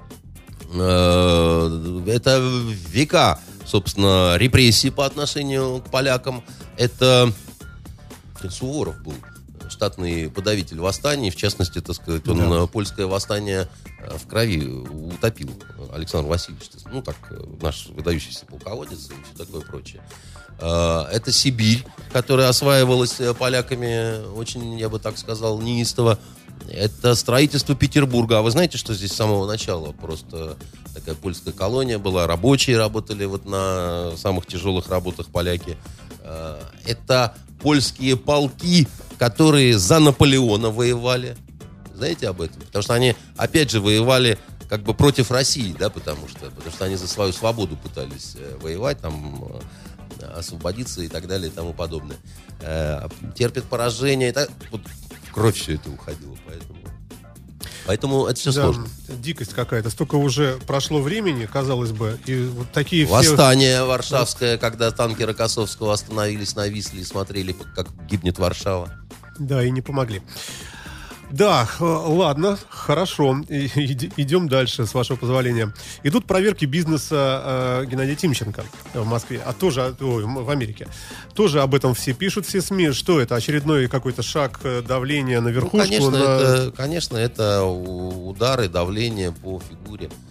века, собственно, репрессий по отношению к полякам. Это Суворов был штатный подавитель восстаний. В частности, так сказать, он польское восстание в крови утопил. Александр Васильевич, ну так, наш выдающийся полководец и все такое прочее. Это Сибирь, которая осваивалась поляками очень, я бы так сказал, неистово. Это строительство Петербурга. А вы знаете, что здесь с самого начала просто такая польская колония была? Рабочие работали вот на самых тяжелых работах, поляки. Это польские полки, которые за Наполеона воевали. Знаете об этом? Потому что они, опять же, воевали как бы против России, да, потому что они за свою свободу пытались воевать, там, освободиться и так далее и тому подобное. Терпят поражение. Вот в кровь все это уходило, поэтому это все сложно. Дикость какая-то. Столько уже прошло времени, казалось бы, и вот такие Восстание Варшавское, когда танки Рокоссовского остановились, нависли и смотрели, как гибнет Варшава. Да, и не помогли. Да, ладно, хорошо. Идем дальше, с вашего позволения. Идут проверки бизнеса Геннадия Тимченко в Москве, в Америке. Тоже об этом все пишут, все СМИ. Что это? Очередной какой-то шаг давления на верхушку? Конечно, это удары, давление по фигуре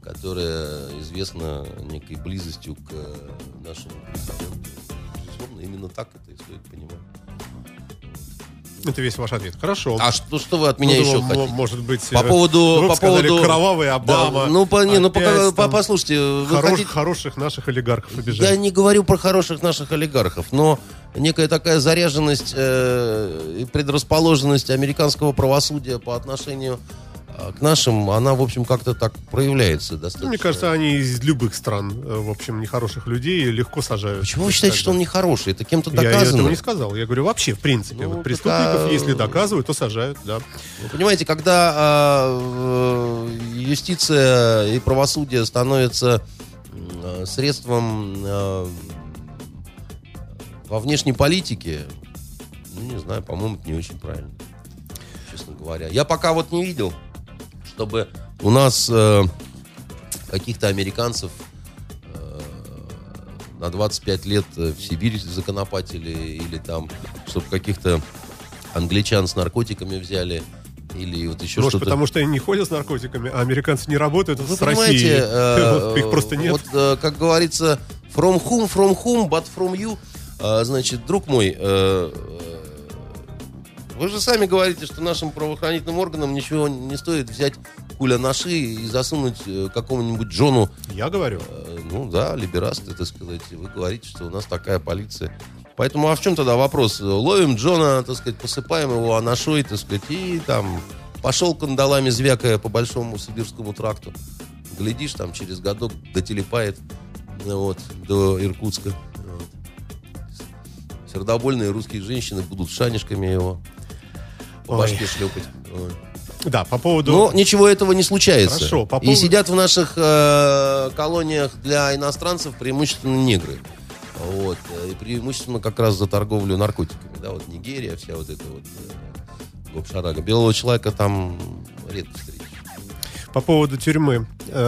которая известна некой близостью к нашему президенту. Безусловно, именно так это и стоит понимать. Это весь ваш ответ. Хорошо. А что вы от меня еще хотите? Может быть, по поводу кровавый Обама. Да, послушайте, хороших наших олигархов обижают. Я не говорю про хороших наших олигархов, но некая такая заряженность и предрасположенность американского правосудия по отношению к нашим, она, в общем, как-то так проявляется достаточно. Мне кажется, они из любых стран, в общем, нехороших людей легко сажают. Почему вы считаете, что он нехороший? Это кем-то доказано? Я этого не сказал. Я говорю, вообще, в принципе. Вот преступников, если доказывают, то сажают, да. Вы понимаете, когда юстиция и правосудие становятся средством во внешней политике, не знаю, по-моему, это не очень правильно, честно говоря. Я пока вот не видел, чтобы у нас каких-то американцев на 25 лет в Сибирь законопатили, или там, чтобы каких-то англичан с наркотиками взяли, или вот еще что-то. Потому что они не ходят с наркотиками, а американцы не работают с Россией. Их просто нет. Вот, как говорится, from whom, but from you. Значит, друг мой, вы же сами говорите, что нашим правоохранительным органам ничего не стоит взять куля на шею и засунуть какому-нибудь Джону. Я говорю. Ну да, либерасты, так сказать. Вы говорите, что у нас такая полиция. Поэтому, а в чем тогда вопрос? Ловим Джона, так сказать, посыпаем его анашой, так сказать, и там пошел кандалами звякая по большому сибирскому тракту. Глядишь, там через годок дотелепает вот, до Иркутска. Вот. Сердобольные русские женщины будут шанишками его по башке шлепать. Вот. Да, по поводу... Но ничего этого не случается. Хорошо, по поводу... И сидят в наших колониях для иностранцев преимущественно негры. Вот. И преимущественно как раз за торговлю наркотиками. Да, вот Нигерия, вся вот эта вот гоп-шарага. Белого человека там редко встретишь. По поводу тюрьмы.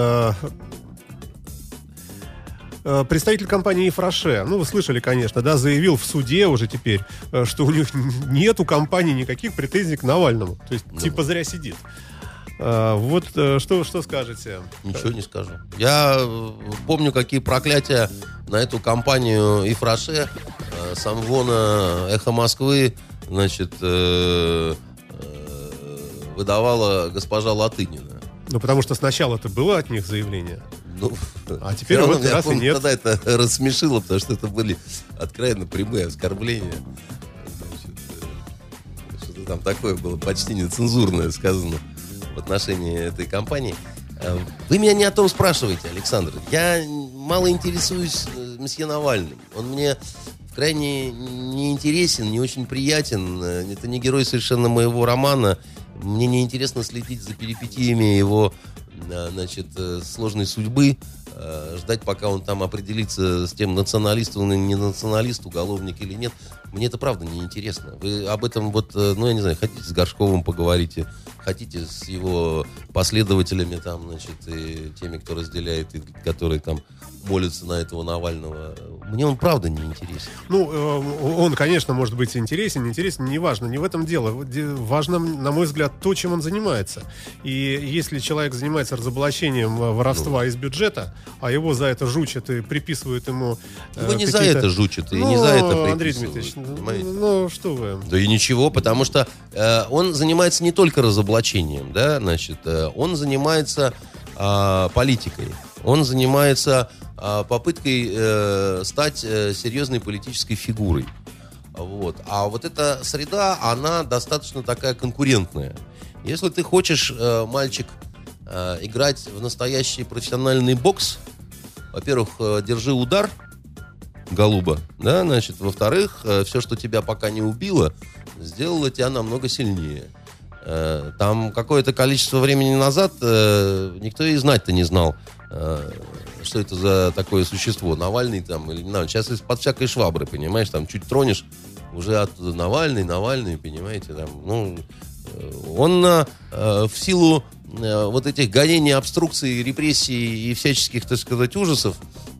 Представитель компании «Ифраше», ну, вы слышали, конечно, да, заявил в суде уже теперь, что у них нет у компании никаких претензий к Навальному. То есть, типа, зря сидит. Вот что скажете? Ничего не скажу. Я помню, какие проклятия на эту компанию «Ифраше», Самвона, «Эхо Москвы», значит, выдавала госпожа Латынина. Ну, потому что сначала-то было от них заявление. Ну, а теперь вот я раз помню, и нет. Тогда это рассмешило, потому что это были откровенно прямые оскорбления. Значит, что-то там такое было почти нецензурное сказано в отношении этой компании. Вы меня не о том спрашиваете, Александр. Я мало интересуюсь месье Навальным. Он мне крайне не интересен, не очень приятен. Это не герой совершенно моего романа. Мне не интересно следить за перипетиями его, значит, сложной судьбы, ждать, пока он там определится с тем, националист он или не националист, уголовник или нет. Мне это правда не интересно. Вы об этом вот, ну, я не знаю, хотите с Горшковым поговорите, хотите с его последователями там, значит, и теми, кто разделяет, и которые там молятся на этого Навального. Мне он правда не интересен. Ну, он, конечно, может быть интересен, неважно, не в этом дело. Важно, на мой взгляд, то, чем он занимается. И если человек занимается разоблачением воровства из бюджета, а его за это жучат и приписывают ему его не за это жучат, и не за это приписывают. Андрей Дмитриевич, ну, что вы. Да и ничего, потому что он занимается не только разоблачением, да, значит, он занимается политикой, он занимается попыткой стать серьезной политической фигурой. Вот. А вот эта среда, она достаточно такая конкурентная. Если ты хочешь, мальчик, играть в настоящий профессиональный бокс, во-первых, держи удар, голуба, да, значит, во-вторых, все, что тебя пока не убило, сделало тебя намного сильнее. Там какое-то количество времени назад никто и знать-то не знал, что это за такое существо, Навальный там, или Навальный. Сейчас из-под всякой швабры, понимаешь, там чуть тронешь, уже оттуда Навальный, понимаете, там, ну, он в силу вот этих гонений, обструкций, репрессий и всяческих, так сказать, ужасов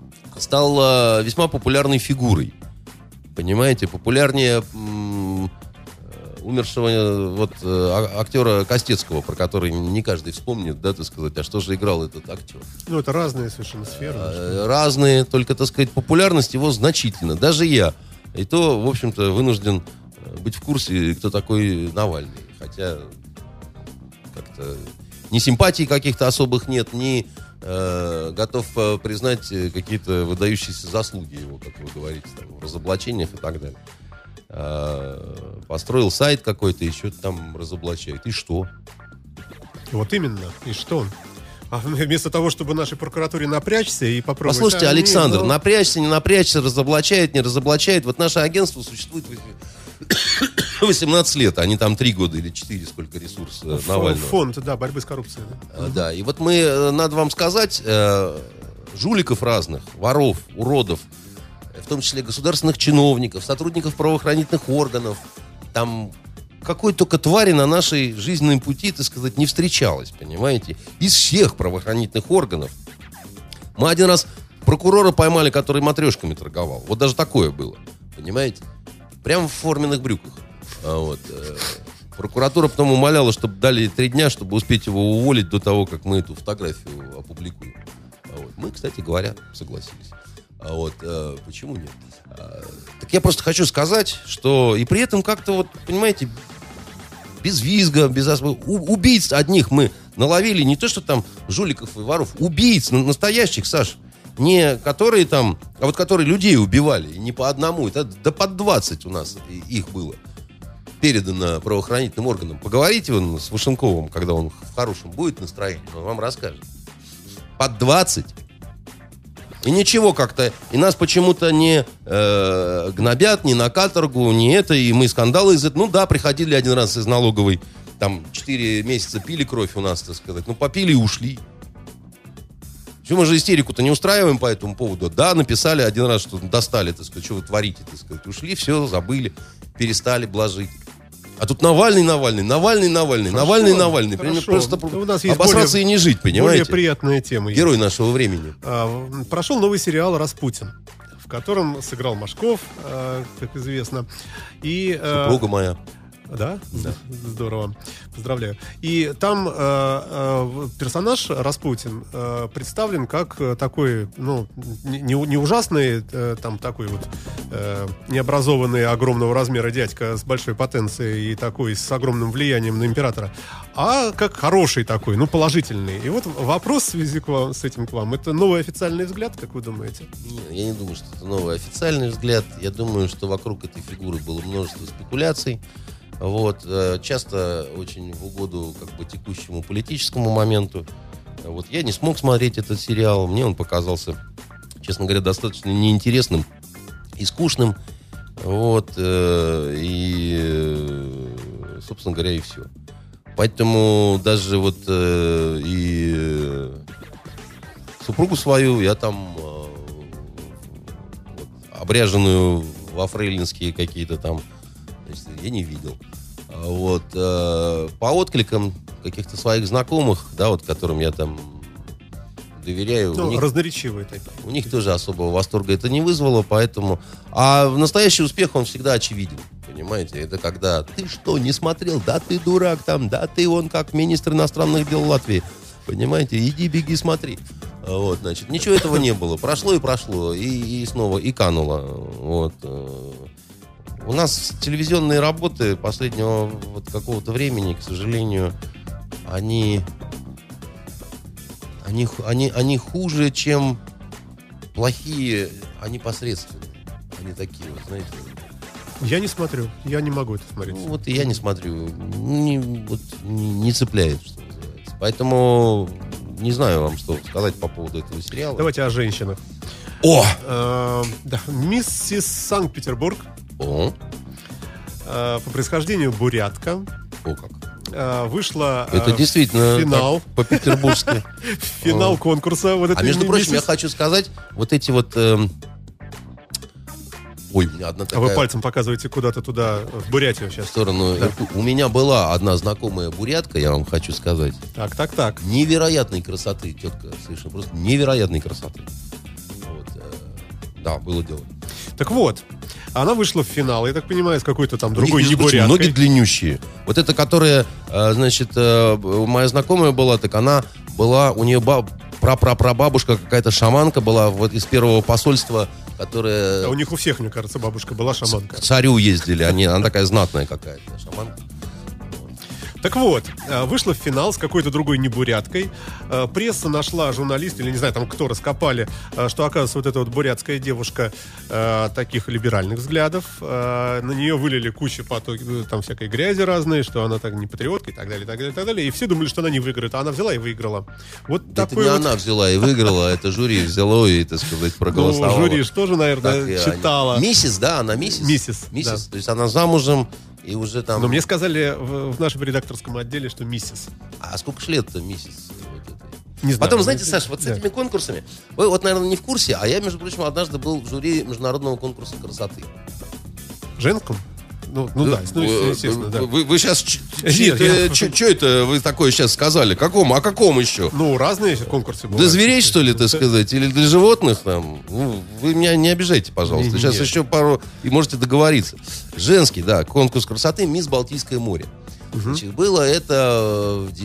стал весьма популярной фигурой. Понимаете, популярнее умершего вот актера Костецкого, про который не каждый вспомнит, да, так сказать, а что же играл этот актер? Ну, это разные совершенно сферы. Разные, только, так сказать, популярность его значительно. Даже я. И то, в общем-то, вынужден быть в курсе, кто такой Навальный. Хотя как-то ни симпатий каких-то особых нет, ни готов признать какие-то выдающиеся заслуги его, как вы говорите, там, в разоблачениях и так далее. Построил сайт какой-то, еще там разоблачает. И что? Вот именно. И что? А вместо того, чтобы нашей прокуратуре напрячься и попробовать... Послушайте, Александр, напрячься, не напрячься, разоблачает, не разоблачает. Вот наше агентство существует 18 лет, а не там 3 года или 4, сколько ресурс Навального. Фонд, да, борьбы с коррупцией. Да. Да, и вот мы, надо вам сказать, жуликов разных, воров, уродов, в том числе государственных чиновников, сотрудников правоохранительных органов, там какой только твари на нашей жизненном пути, так сказать, не встречалось, понимаете? Из всех правоохранительных органов. Мы один раз прокурора поймали, который матрешками торговал. Вот даже такое было, понимаете? Прямо в форменных брюках. Вот. Прокуратура потом умоляла, чтобы дали 3 дня, чтобы успеть его уволить до того, как мы эту фотографию опубликуем. Вот. Мы, кстати говоря, согласились. Вот, почему нет? Так я просто хочу сказать, что и при этом как-то вот, понимаете, без визга, без убийц одних мы наловили, не то что там жуликов и воров, убийц настоящих, Саш, не которые там, а вот которые людей убивали, и не по одному, это да под 20 у нас их было передано правоохранительным органам. Поговорите вон с Вашенковым, когда он в хорошем будет настроении, он вам расскажет. Под 20. И ничего как-то, и нас почему-то не гнобят, ни на каторгу, ни это, и мы скандалы из этого. Ну да, приходили один раз из налоговой, там 4 месяца пили кровь у нас, так сказать, ну попили и ушли. Все, мы же истерику-то не устраиваем по этому поводу. Да, написали один раз, что достали, так сказать, что вы творите, так сказать, ушли, все, забыли, перестали блажить. А тут Навальный. Просто у нас есть обосраться и не жить, понимаете? Более приятная тема. Герой нашего времени. Прошел новый сериал «Распутин», в котором сыграл Машков, как известно. И, супруга моя. Да? Да. Здорово. Поздравляю. И там персонаж Распутин представлен как такой, ну, не ужасный, там такой вот необразованный огромного размера дядька с большой потенцией и такой с огромным влиянием на императора, а как хороший такой, ну, положительный. И вот вопрос в связи с этим к вам. Это новый официальный взгляд, как вы думаете? Нет, я не думаю, что это новый официальный взгляд. Я думаю, что вокруг этой фигуры было множество спекуляций. Вот, часто очень в угоду как бы текущему политическому моменту. Вот, я не смог смотреть этот сериал. Мне он показался, честно говоря, достаточно неинтересным и скучным. Вот, и, собственно говоря, и все. Поэтому даже вот и супругу свою я там обряженную во фрейлинские какие-то там, значит, я не видел. Вот, по откликам каких-то своих знакомых, да, вот которым я там доверяю. Ну, разноречивые такие. У них тоже особого восторга это не вызвало, поэтому... А настоящий успех, он всегда очевиден, понимаете? Это когда ты что, не смотрел? Да ты дурак там, да ты он как министр иностранных дел Латвии. Понимаете? Иди, беги, смотри. Вот, значит, ничего этого не было. Прошло, и снова, и кануло. Вот. У нас телевизионные работы последнего вот какого-то времени, к сожалению, они хуже, чем плохие, они посредственные. Они такие вот, знаете. Я не смотрю, я не могу это смотреть. Ну, вот и я не смотрю. Не цепляет, что называется. Поэтому не знаю вам, что сказать по поводу этого сериала. Давайте о женщинах. Да, миссис Санкт-Петербург. По происхождению бурятка. Как. Вышла это действительно финал. По-петербургски. Финал конкурса. Вот а между прочим, я хочу сказать, вот эти вот... Ой, у меня одна такая... А вы пальцем показываете куда-то туда, в Бурятию сейчас. В сторону... Да. У меня была одна знакомая бурятка, я вам хочу сказать. Так. Невероятной красоты, тетка, совершенно просто невероятной красоты. Вот, да, было дело. Так вот, она вышла в финал, я так понимаю, с какой-то там другой между прочим, небуряткой. ноги длиннющие. Вот эта, которая, значит, моя знакомая была, так она была, у нее прапрапрабабушка какая-то шаманка была вот из первого посольства, которая... А у них у всех, мне кажется, бабушка была шаманка. К царю ездили, она такая знатная какая-то шаманка. Так вот, вышла в финал с какой-то другой небуряткой. Пресса нашла, журналисты, или не знаю, там кто, раскопали, что, оказывается, вот эта вот бурятская девушка таких либеральных взглядов. На нее вылили кучу там всякой грязи разной, что она так не патриотка и так далее, и так далее, и так далее. И все думали, что она не выиграет, а она взяла и выиграла. Вот это не она взяла и выиграла, это жюри взяло и, так сказать, проголосовало. Ну, жюри же тоже, наверное, читала. Миссис, да, она миссис. Да. То есть она замужем. И уже там... Но мне сказали в нашем редакторском отделе, что миссис. А сколько ж лет-то миссис? Не знаю. Потом, знаете, Саша, вот с этими конкурсами, вы вот, наверное, не в курсе, а я, между прочим, однажды был в жюри международного конкурса красоты. Женском? Ну да, естественно, да. Вы сейчас... Что это вы такое сейчас сказали? О каком еще? Ну, разные конкурсы бывают. Для зверей, что ли, так сказать? Или для животных там? Вы меня не обижайте, пожалуйста. Сейчас еще пару... И можете договориться. Женский, да, конкурс красоты «Мисс Балтийское море». Значит, было это в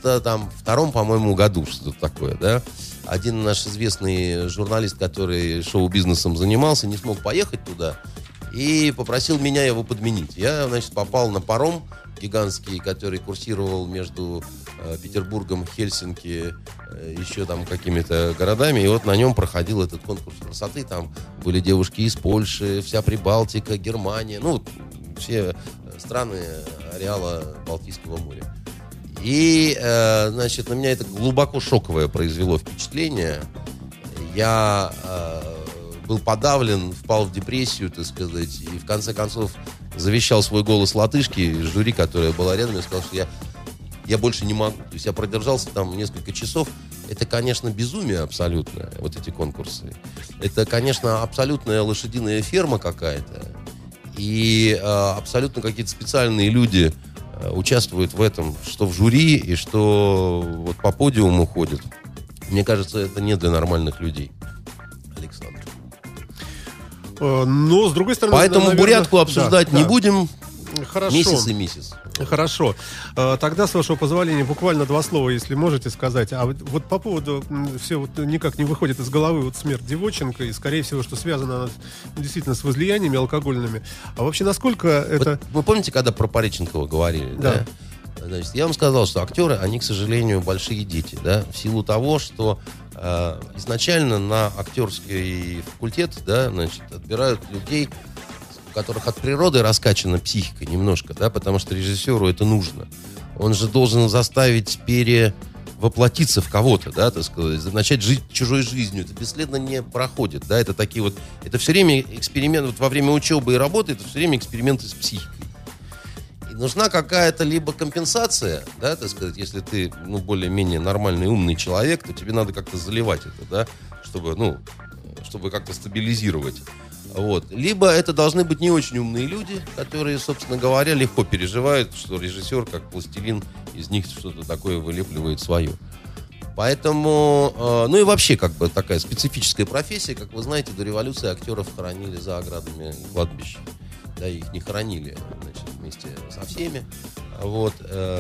92-м, по-моему, году, что-то такое, да. Один наш известный журналист, который шоу-бизнесом занимался, не смог поехать туда и попросил меня его подменить. Я, значит, попал на паром гигантский, который курсировал между Петербургом, Хельсинки, еще там какими-то городами. И вот на нем проходил этот конкурс красоты. Там были девушки из Польши, вся Прибалтика, Германия. Ну, все страны ареала Балтийского моря. И, значит, на меня это глубоко шоковое произвело впечатление. Я... был подавлен, впал в депрессию, так сказать, и в конце концов завещал свой голос латышке, жюри, которая была рядом, и сказал, что я больше не могу. То есть я продержался там несколько часов. Это, конечно, безумие абсолютное, вот эти конкурсы. Это, конечно, абсолютная лошадиная ферма какая-то. И абсолютно какие-то специальные люди участвуют в этом, что в жюри, и что вот по подиуму ходят. Мне кажется, это не для нормальных людей. Александр. Но, с другой стороны... Поэтому наверное, бурятку обсуждать не будем. Хорошо. Миссис и миссис. Хорошо. Тогда, с вашего позволения, буквально 2 слова, если можете сказать. А вот по поводу... Все вот никак не выходит из головы вот смерть Девоченко, и, скорее всего, что связано она действительно с возлияниями алкогольными. А вообще, насколько это... Вот вы помните, когда про Пореченкова говорили? Да. Значит, я вам сказал, что актеры, они, к сожалению, большие дети, да, в силу того, что изначально на актерский факультет, да, значит, отбирают людей, у которых от природы раскачана психика немножко, да, потому что режиссеру это нужно. Он же должен заставить воплотиться в кого-то, да, так сказать, начать жить чужой жизнью. Это бесследно не проходит, да, это такие вот, это все время эксперимент, вот во время учебы и работы, это все время эксперименты с психикой. Нужна какая-то либо компенсация, да, так сказать, если ты, ну, более-менее нормальный, умный человек, то тебе надо как-то заливать это, да, чтобы как-то стабилизировать. Вот. Либо это должны быть не очень умные люди, которые, собственно говоря, легко переживают, что режиссер, как пластилин, из них что-то такое вылепливает свое. Поэтому, ну и вообще, как бы такая специфическая профессия, как вы знаете, до революции актеров хоронили за оградами кладбищ. Да, их не хоронили, значит, вместе со всеми. Вот,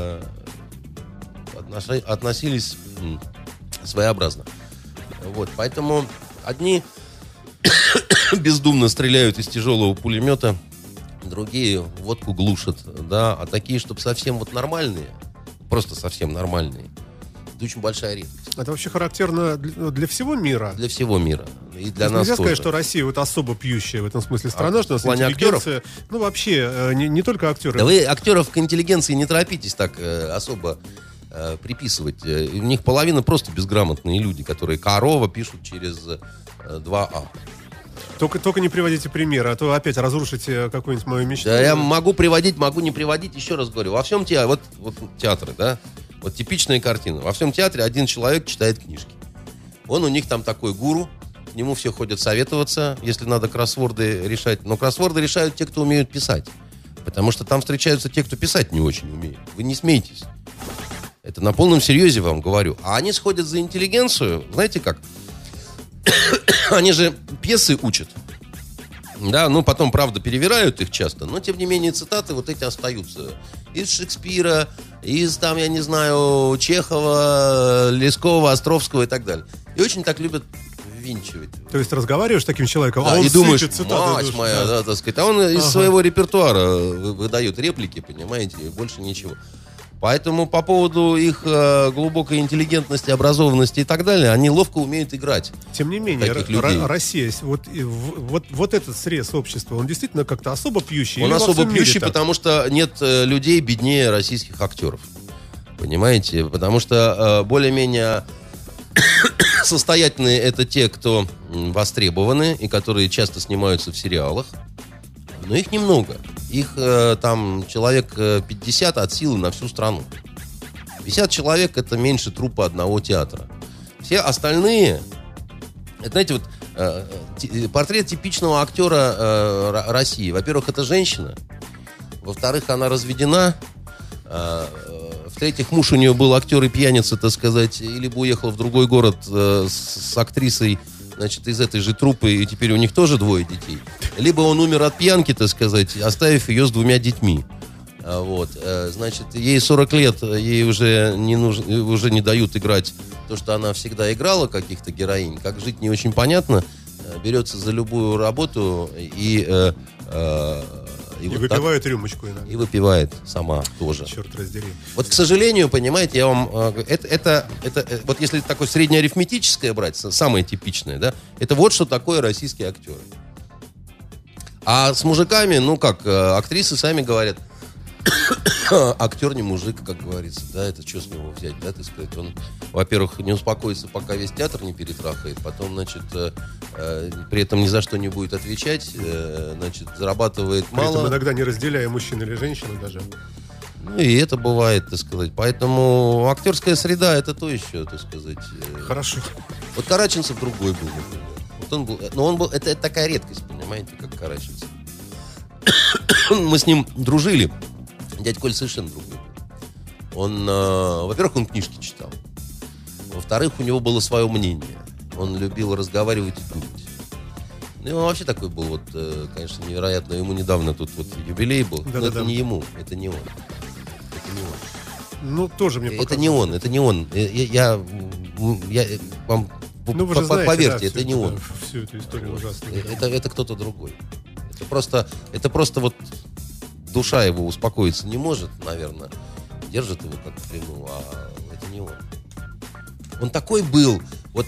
относились своеобразно. Вот, поэтому одни бездумно стреляют из тяжелого пулемета, другие водку глушат, да, а такие, чтобы совсем вот нормальные, просто совсем нормальные, это очень большая редкость. Это вообще характерно для всего мира? Для всего мира. И для нас нельзя тоже. сказать, что Россия вот особо пьющая в этом смысле страна, что у нас в плане интеллигенция... актеров? Ну, вообще, не только актеры. Да вы актеров к интеллигенции не торопитесь так особо приписывать. У них половина просто безграмотные люди, которые корова пишут через 2А. Только не приводите примеры, а то опять разрушите какую-нибудь мою мечту. Да, я могу приводить, могу не приводить. Еще раз говорю, во всем театре, вот театры, да, вот типичная картина. Во всем театре один человек читает книжки. Он у них там такой гуру, к нему все ходят советоваться, если надо кроссворды решать. Но кроссворды решают те, кто умеют писать. Потому что там встречаются те, кто писать не очень умеет. Вы не смейтесь. Это на полном серьезе вам говорю. А они сходят за интеллигенцию, знаете как? Они же пьесы учат. Да, ну потом, правда, перевирают их часто, но тем не менее цитаты вот эти остаются. Из Шекспира, из там, я не знаю, Чехова, Лескова, Островского и так далее. И очень так любят ввинчивать. То есть разговариваешь с таким человеком, Да, а он и думаешь, цитаты, мать моя, да, так сказать. А он из своего репертуара выдает реплики, понимаете, и больше ничего. Поэтому по поводу их глубокой интеллигентности, образованности и так далее, они ловко умеют играть. Тем не менее, людей. Россия, вот этот срез общества, он действительно как-то особо пьющий? Он особо пьющий, потому что нет людей беднее российских актеров. Понимаете? Потому что более-менее состоятельные это те, кто востребованы и которые часто снимаются в сериалах. Но их немного. Их там человек 50 от силы на всю страну. 50 человек — это меньше труппа одного театра. Все остальные... Это, знаете, вот портрет типичного актера России. Во-первых, это женщина. Во-вторых, она разведена. В-третьих, муж у нее был актер и пьяница, так сказать. И либо уехал в другой город с актрисой, значит, из этой же труппы, и теперь у них тоже 2 детей. Либо он умер от пьянки, так сказать, оставив ее с 2 детьми. Вот. Значит, ей 40 лет, ей уже не дают играть то, что она всегда играла, каких-то героинь. Как жить, не очень понятно. Берется за любую работу и вот выпивает так, рюмочку иногда. и выпивает сама тоже. Черт раздери. Вот, к сожалению, понимаете, я вам... Это вот если такое среднеарифметическое брать, самое типичное, да, это вот что такое российские актеры. А с мужиками, ну как, актрисы сами говорят, актер не мужик, как говорится, да, это что с него взять, да, так сказать, он, во-первых, не успокоится, пока весь театр не перетрахает, потом, значит, при этом ни за что не будет отвечать, значит, зарабатывает При этом мало. иногда не разделяя мужчин или женщину даже. Ну, и это бывает, так сказать, поэтому актерская среда — это то еще, так сказать. Хорошо. Вот Караченцев другой был, например. Вот он был, но он был, это такая редкость, понимаете, как Караченцев. Мы с ним дружили. Дядь Коль совершенно другой был. Он, во-первых, он книжки читал. Во-вторых, у него было свое мнение. Он любил разговаривать и думать. Ну, он вообще такой был, вот, конечно, невероятно. Ему недавно тут вот юбилей был. Но это не ему, это не он. Это не он. Ну, тоже мне показалось. Это не он, это не он. Я вам вы же знаете, поверьте, да, это не он. Всю эту историю ужасную. Это кто-то другой. Это просто вот душа его успокоиться не может, наверное. Держит его как в плену, а это не он. Он такой был. Вот.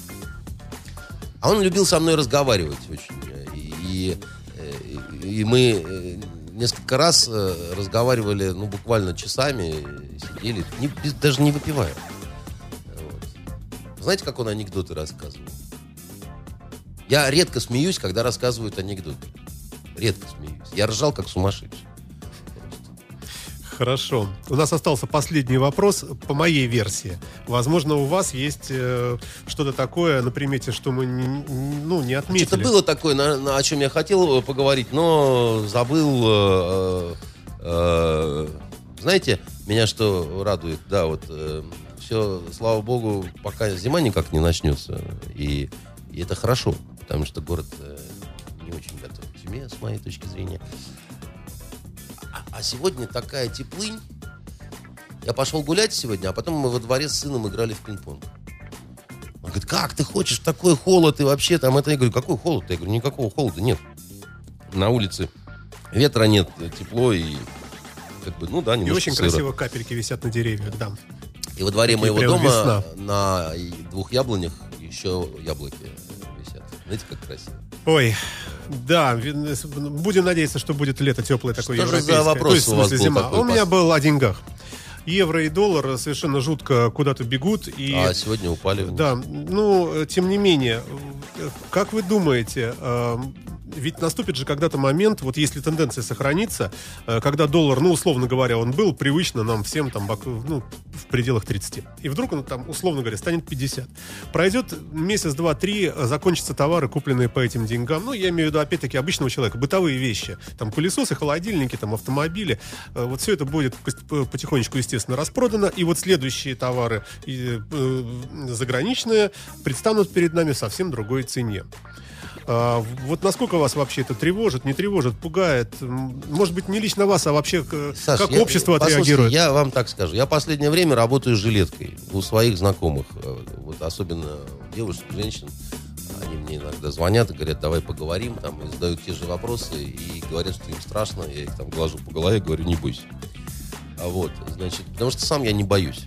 А он любил со мной разговаривать очень. И мы несколько раз разговаривали, ну, буквально часами, сидели, даже не выпивая. Вот. Знаете, как он анекдоты рассказывал? Я редко смеюсь, когда рассказывают анекдоты. Редко смеюсь. Я ржал, как сумасшедший. Хорошо. У нас остался последний вопрос по моей версии. Возможно, у вас есть что-то такое на примете, что мы не отметили. Что-то было такое, о чем я хотел поговорить, но забыл. Знаете, меня что радует? Да, вот все, слава богу, пока зима никак не начнется. И это хорошо, потому что город не очень готов к зиме, с моей точки зрения. А сегодня такая теплынь. Я пошел гулять сегодня, а потом мы во дворе с сыном играли в пинг-понг. Он говорит, как ты хочешь такой холод и вообще там это? Я говорю, какой холод? Я говорю, никакого холода нет. На улице ветра нет, тепло и как бы, ну да, немножко и очень сыро. красиво капельки висят на деревьях, да. И во дворе такие моего дома весна. на 2 яблонях еще яблоки висят. Знаете, как красиво. Ой, да, будем надеяться, что будет лето теплое такое Что же европейское. за вопрос То есть, в у вас смысле, был зима. такой У меня был о деньгах. Евро и доллар совершенно жутко куда-то бегут. И, А сегодня упали вниз. да, ну, тем не менее, как вы думаете, ведь наступит же когда-то момент, вот если тенденция сохранится, когда доллар, ну, условно говоря, он был привычно нам всем там, ну, в пределах 30. И вдруг он там, условно говоря, станет 50. Пройдет месяц, 2, 3, закончатся товары, купленные по этим деньгам. Ну, я имею в виду, опять-таки, обычного человека, бытовые вещи. Там пылесосы, холодильники, там автомобили. Вот все это будет потихонечку, естественно, распродано. И вот следующие товары заграничные предстанут перед нами в совсем другой цене. Вот насколько вас вообще это тревожит, не тревожит, пугает? Может быть, не лично вас, а вообще Саш, как общество отреагирует? Я вам так скажу. Я в последнее время работаю с жилеткой у своих знакомых. Вот особенно девушек, женщин. Они мне иногда звонят и говорят, давай поговорим, там, и задают те же вопросы, и говорят, что им страшно. Я их там глажу по голове, говорю, не бойся. Значит, потому что сам я не боюсь.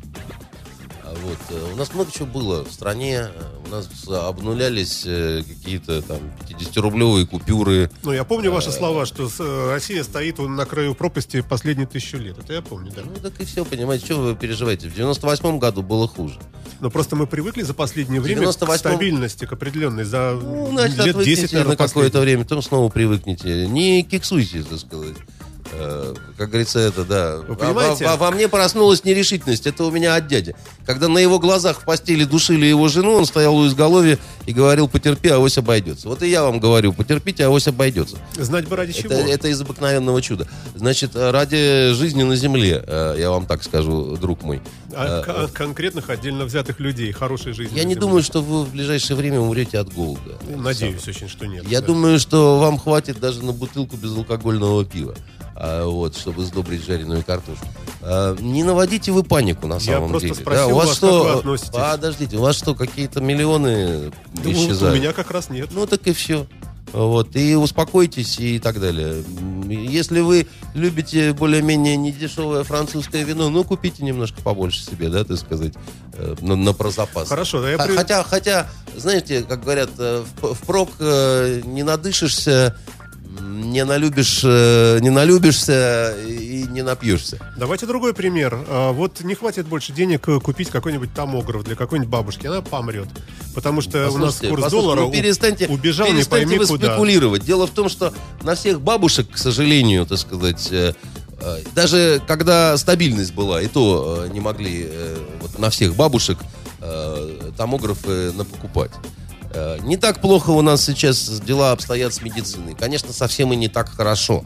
У нас много чего было в стране. У нас обнулялись какие-то там 50-рублевые купюры. Ну, я помню ваши слова, что Россия стоит на краю пропасти последние 1000 лет. Это я помню, да. Ну, так и все, понимаете, что вы переживаете. В 98-м году было хуже. Но просто мы привыкли за последнее время к стабильности, к определенной. За лет 10, наверное, на какое-то время, потом снова привыкнете. Не киксуйте, так сказать. Как говорится, это, да. Вы понимаете? Во мне проснулась нерешительность. Это у меня от дяди. Когда на его глазах в постели душили его жену, он стоял у изголовья и говорил, потерпи, авось обойдется. Вот и я вам говорю, потерпите, авось обойдется. Знать бы ради чего. Это из обыкновенного чуда. Значит, ради жизни на земле, я вам так скажу, друг мой. Конкретных отдельно взятых людей, хорошей жизни. Я не думаю, что вы в ближайшее время умрете от голода. Надеюсь очень, что нет. Я думаю, что вам хватит даже на бутылку безалкогольного пива. Чтобы сдобрить жареную картошку. Не наводите вы панику на самом деле. Я просто спросил вас, как вы относитесь. Подождите, у вас что, какие-то миллионы исчезают? У меня как раз нет. Ну, так и все. И успокойтесь и так далее. Если вы любите более-менее недешевое французское вино, купите немножко побольше себе, да, так сказать, на прозапас. Хорошо, да, хотя, знаете, как говорят, впрок не надышишься, не налюбишься и не напьешься. Давайте другой пример. Вот не хватит больше денег купить какой-нибудь томограф для какой-нибудь бабушки. Она помрет. Потому что у нас курс доллара убежал не пойми вы куда. Спекулировать. Дело в том, что на всех бабушек, к сожалению, так сказать, даже когда стабильность была, и то не могли на всех бабушек томографы напокупать. Не так плохо у нас сейчас дела обстоят с медициной. Конечно, совсем и не так хорошо.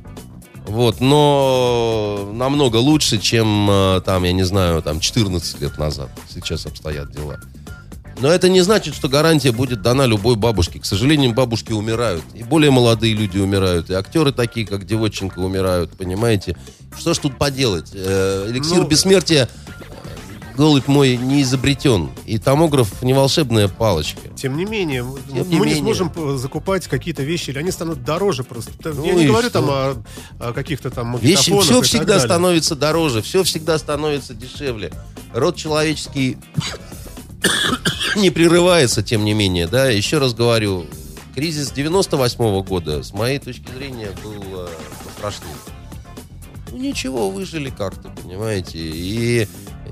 Но намного лучше, чем, 14 лет назад сейчас обстоят дела. Но это не значит, что гарантия будет дана любой бабушке. К сожалению, бабушки умирают. И более молодые люди умирают. И актеры такие, как Девотченко, умирают. Понимаете? Что ж тут поделать? Эликсир бессмертия, голубь мой, не изобретен. И томограф не волшебная палочка. Тем не менее, мы не сможем закупать какие-то вещи, или они станут дороже просто. Я не говорю там о каких-то там магнитофонах. Все всегда становится дороже, все всегда становится дешевле. Род человеческий не прерывается, тем не менее. Да? Еще раз говорю, кризис 98-го года, с моей точки зрения, был страшнее. Ничего, выжили как-то, понимаете. И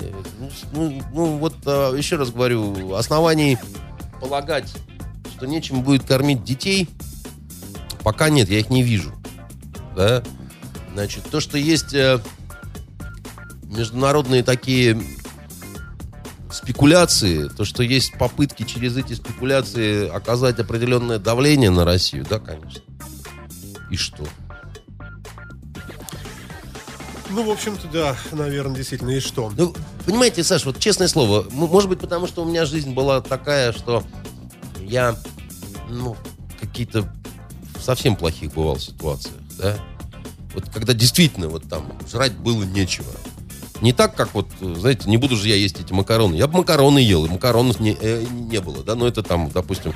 еще раз говорю, оснований полагать, что нечем будет кормить детей, пока нет, я их не вижу. Да? Значит, то, что есть международные такие спекуляции, то, что есть попытки через эти спекуляции оказать определенное давление на Россию, да, конечно. И что? В общем-то, да, наверное, действительно, и что? Понимаете, Саш, честное слово, может быть, потому что у меня жизнь была такая, что я, какие-то совсем плохих бывал ситуациях, да? Когда действительно жрать было нечего. Не так, как знаете, не буду же я есть эти макароны. Я бы макароны ел, и макаронов не было, да? Но это допустим,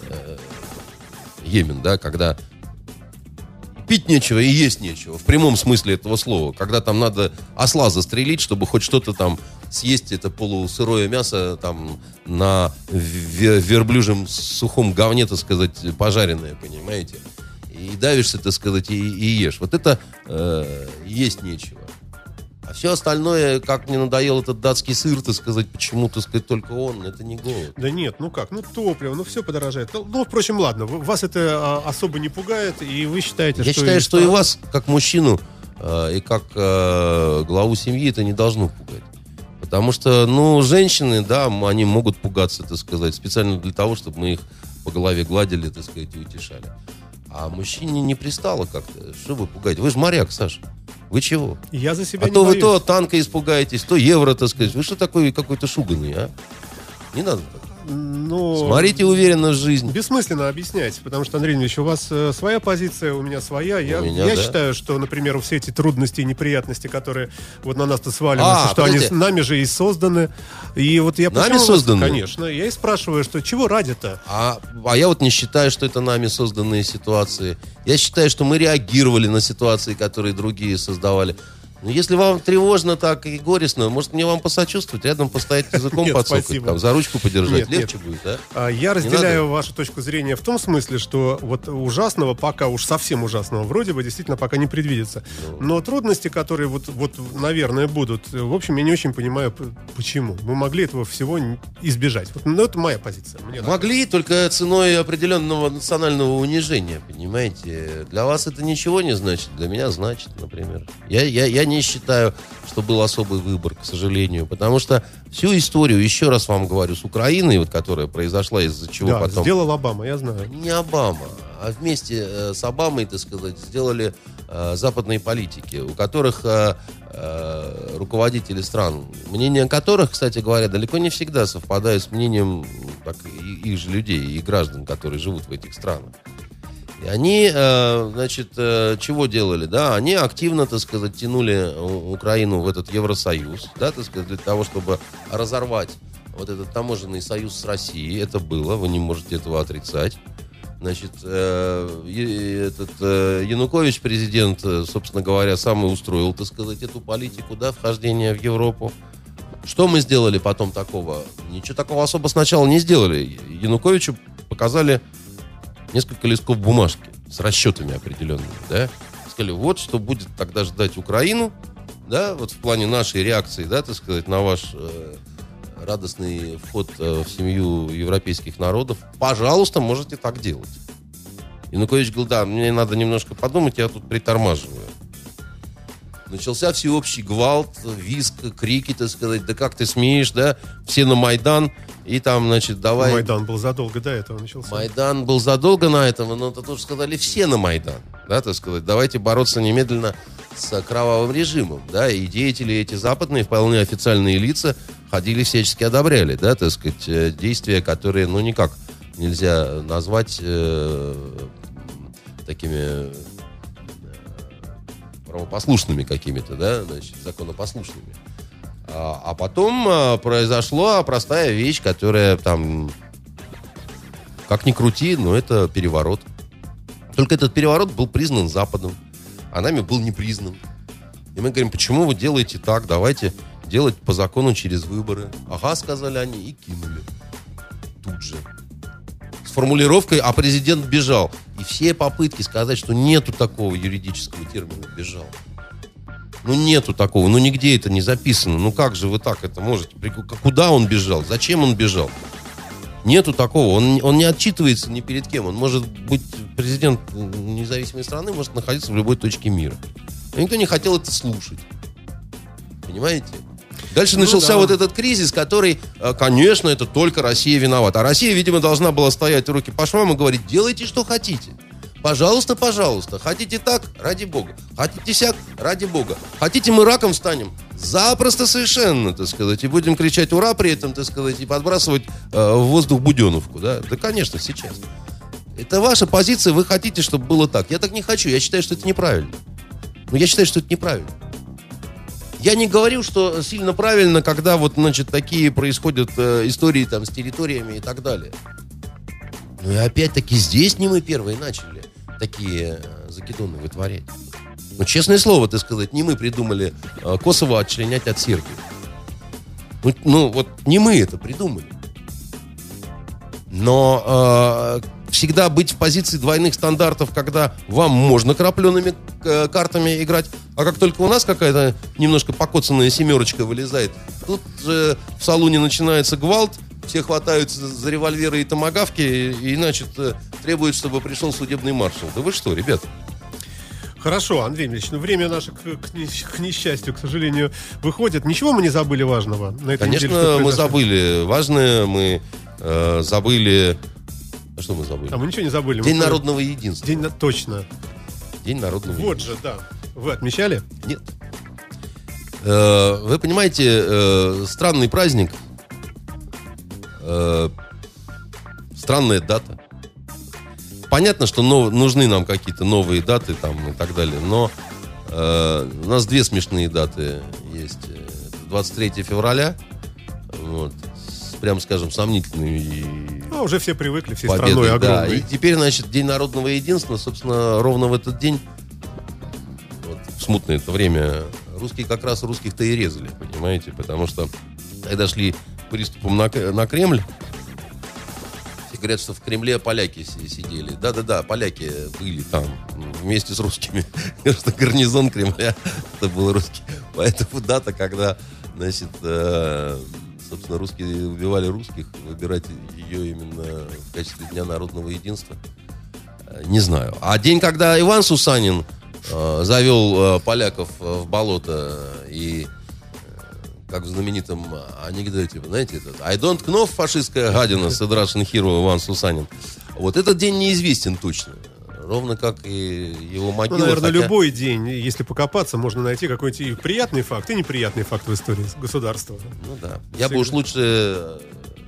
Йемен, да, когда пить нечего и есть нечего, в прямом смысле этого слова. Когда там надо осла застрелить, чтобы хоть что-то там съесть, это полусырое мясо там на верблюжьем сухом говне, так сказать, пожаренное, понимаете? И давишься, так сказать, и ешь. Это есть нечего. А все остальное, как мне надоел этот датский сыр, так сказать, почему, так сказать, только он, это не голод. Да нет, топливо, все подорожает. Впрочем, ладно, вас это особо не пугает, и вы считаете, Я считаю, что и вас, как мужчину, и как главу семьи, это не должно пугать. Потому что, женщины, да, они могут пугаться, так сказать, специально для того, чтобы мы их по голове гладили, так сказать, и утешали. А мужчине не пристало как-то. Что вы пугаете? Вы же моряк, Саша. Вы чего? Я за себя не боюсь. Вы то танка испугаетесь, то евро, так сказать. Вы что такой какой-то шуганый, а? Не надо так. Смотрите уверенно в жизнь. Бессмысленно объяснять, потому что, Андрей Ильич, у вас своя позиция, у меня своя. Я считаю, что, например, все эти трудности и неприятности, которые вот на нас-то сваливаются, что они нами же и созданы. И вот я нами созданы? Конечно. Я и спрашиваю, что чего ради-то? А я вот не считаю, что это нами созданные ситуации. Я считаю, что мы реагировали на ситуации, которые другие создавали. Ну, если вам тревожно так и горестно, может, мне вам посочувствовать, рядом постоять, языком подсокать, там, за ручку подержать, легче будет, да? Я разделяю вашу точку зрения в том смысле, что вот ужасного пока, уж совсем ужасного, вроде бы действительно пока не предвидится. Но трудности, которые вот, наверное, будут, в общем, я не очень понимаю, почему. Мы могли этого всего избежать. Но это моя позиция. Могли, только ценой определенного национального унижения, понимаете? Для вас это ничего не значит, для меня значит, например. Я не считаю, что был особый выбор, к сожалению, потому что всю историю, еще раз вам говорю, с Украиной, вот, которая произошла, из-за чего потом... сделал Обама, я знаю. Не Обама, а вместе с Обамой, так сказать, сделали западные политики, у которых руководители стран, мнения которых, кстати говоря, далеко не всегда совпадают с мнением их же людей и граждан, которые живут в этих странах. И они, значит, чего делали, да? Они активно, так сказать, тянули Украину в этот Евросоюз, да, так сказать, для того, чтобы разорвать вот этот таможенный союз с Россией. Это было, вы не можете этого отрицать. Значит, Янукович, президент, собственно говоря, сам и устроил, так сказать, эту политику, да, вхождения в Европу. Что мы сделали потом такого? Ничего такого особо сначала не сделали. Януковичу показали несколько листков бумажки с расчетами определенными, да, сказали, вот что будет тогда ждать Украину, да, вот в плане нашей реакции, да, так сказать, на ваш радостный вход в семью европейских народов, пожалуйста, можете так делать. Янукович говорил, да, мне надо немножко подумать, я тут притормаживаю. Начался всеобщий гвалт, визг, крики, так сказать, да как ты смеешь, да, все на Майдан, и там, значит, давай... Майдан был задолго до этого начался. Майдан был задолго на этом, но тут уже сказали все на Майдан, да, так сказать, давайте бороться немедленно с кровавым режимом, да, и деятели эти западные, вполне официальные лица, ходили всячески одобряли, да, так сказать, действия, которые, ну, никак нельзя назвать такими... правопослушными какими-то, да, значит, законопослушными. А потом произошла простая вещь, которая там, как ни крути, но это переворот. Только этот переворот был признан Западом, а нами был не признан. И мы говорим, почему вы делаете так? Давайте делать по закону через выборы. Ага, сказали они, и кинули. Тут же. С формулировкой, а президент бежал. И все попытки сказать, что нету такого юридического термина «бежал». Ну, нету такого. Ну, нигде это не записано. Ну, как же вы так это можете? Куда он бежал? Зачем он бежал? Нету такого. Он не отчитывается ни перед кем. Он может быть президент независимой страны, может находиться в любой точке мира. Но никто не хотел это слушать. Понимаете? Дальше начался вот этот кризис, который, конечно, это только Россия виновата. А Россия, видимо, должна была стоять руки по швам и говорить, делайте, что хотите. Пожалуйста, пожалуйста. Хотите так? Ради бога. Хотите сяк? Ради бога. Хотите, мы раком станем? Запросто совершенно, так сказать. И будем кричать ура при этом, так сказать, и подбрасывать в воздух буденовку. Да, конечно, сейчас. Это ваша позиция, вы хотите, чтобы было так. Я так не хочу, я считаю, что это неправильно. Но я считаю, что это неправильно. Я не говорю, что сильно правильно, когда вот, значит, такие происходят истории там с территориями и так далее. Ну и опять-таки здесь не мы первые начали такие закидоны вытворять. Ну, честное слово, так сказать, не мы придумали Косово отчленять от Сербии. Ну, вот не мы это придумали. Но всегда быть в позиции двойных стандартов, когда вам можно крапленными картами играть, а как только у нас какая-то немножко покоцанная семерочка вылезает, тут в салоне начинается гвалт, все хватаются за револьверы и томагавки и, значит, требуют, чтобы пришел судебный маршал. Да вы что, ребят? Хорошо, Андрей Ильич, ну время наше, к несчастью, к сожалению, выходит. Ничего мы не забыли важного на этой неделе? Конечно, мы забыли важное, мы забыли... А что мы забыли? А мы ничего не забыли. День народного единства. Точно. День народного единства. Вот же, да. Вы отмечали? Нет. Вы понимаете, странный праздник. странная дата. Понятно, что нужны нам какие-то новые даты там и так далее, но у нас две смешные даты есть. 23 февраля, вот, прям скажем, сомнительный. Ну, уже все привыкли, всей страной огромной. Да. И теперь, значит, День народного единства, собственно, ровно в этот день, вот, в смутное это время, русские как раз русских-то и резали, понимаете, потому что когда шли приступом на Кремль, все говорят, что в Кремле поляки сидели. Да-да-да, поляки были там вместе с русскими. Что гарнизон Кремля это был русский. Поэтому дата, когда, значит, собственно, русские убивали русских, выбирать ее именно в качестве Дня народного единства, не знаю. А день, когда Иван Сусанин завел поляков в болото и, как в знаменитом анекдоте, знаете, этот «I don't know, фашистская гадина», Сыдрашин Хирова Иван Сусанин. Вот этот день неизвестен точно. Ровно как и его могила. Ну, наверное, любой день, если покопаться, можно найти какой-нибудь и приятный факт, и неприятный факт в истории государства. Ну да. Я бы уж лучше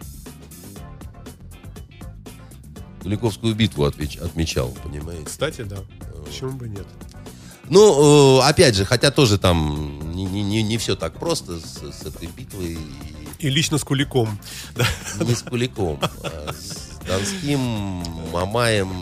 Куликовскую битву отмечал, понимаете? Кстати, да. Почему бы нет? Ну, опять же, хотя тоже там не все так просто с этой битвой. И лично с Куликом. Не с Куликом, а с Донским, Мамаем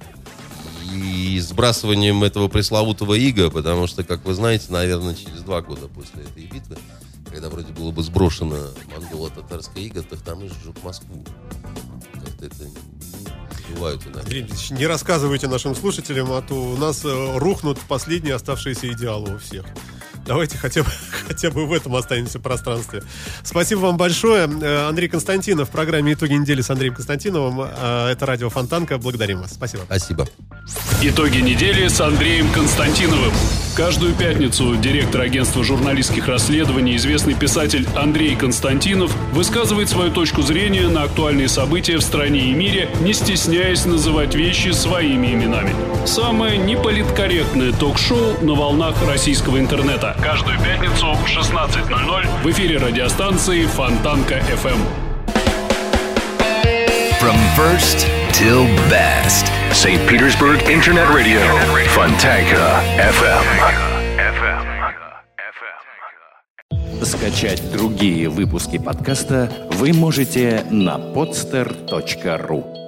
и сбрасыванием этого пресловутого ига, потому что, как вы знаете, наверное, через 2 года после этой битвы, когда вроде было бы сброшено монголо-татарское иго, Тохтамыш сжег Москву. Как-то это бывает иногда. Не рассказывайте нашим слушателям, а то у нас рухнут последние оставшиеся идеалы у всех. Давайте хотя бы в этом останемся пространстве. Спасибо вам большое. Андрей Константинов в программе «Итоги недели» с Андреем Константиновым. Это радио Фонтанка. Благодарим вас. Спасибо. Спасибо. Итоги недели с Андреем Константиновым. Каждую пятницу директор агентства журналистских расследований, известный писатель Андрей Константинов высказывает свою точку зрения на актуальные события в стране и мире, не стесняясь называть вещи своими именами. Самое неполиткорректное ток-шоу на волнах российского интернета. Каждую пятницу в 16:00 в эфире радиостанции Фонтанка FM. From first till best. St. Petersburg Internet Radio. Fontanka FM. Скачать другие выпуски подкаста вы можете на podster.ru.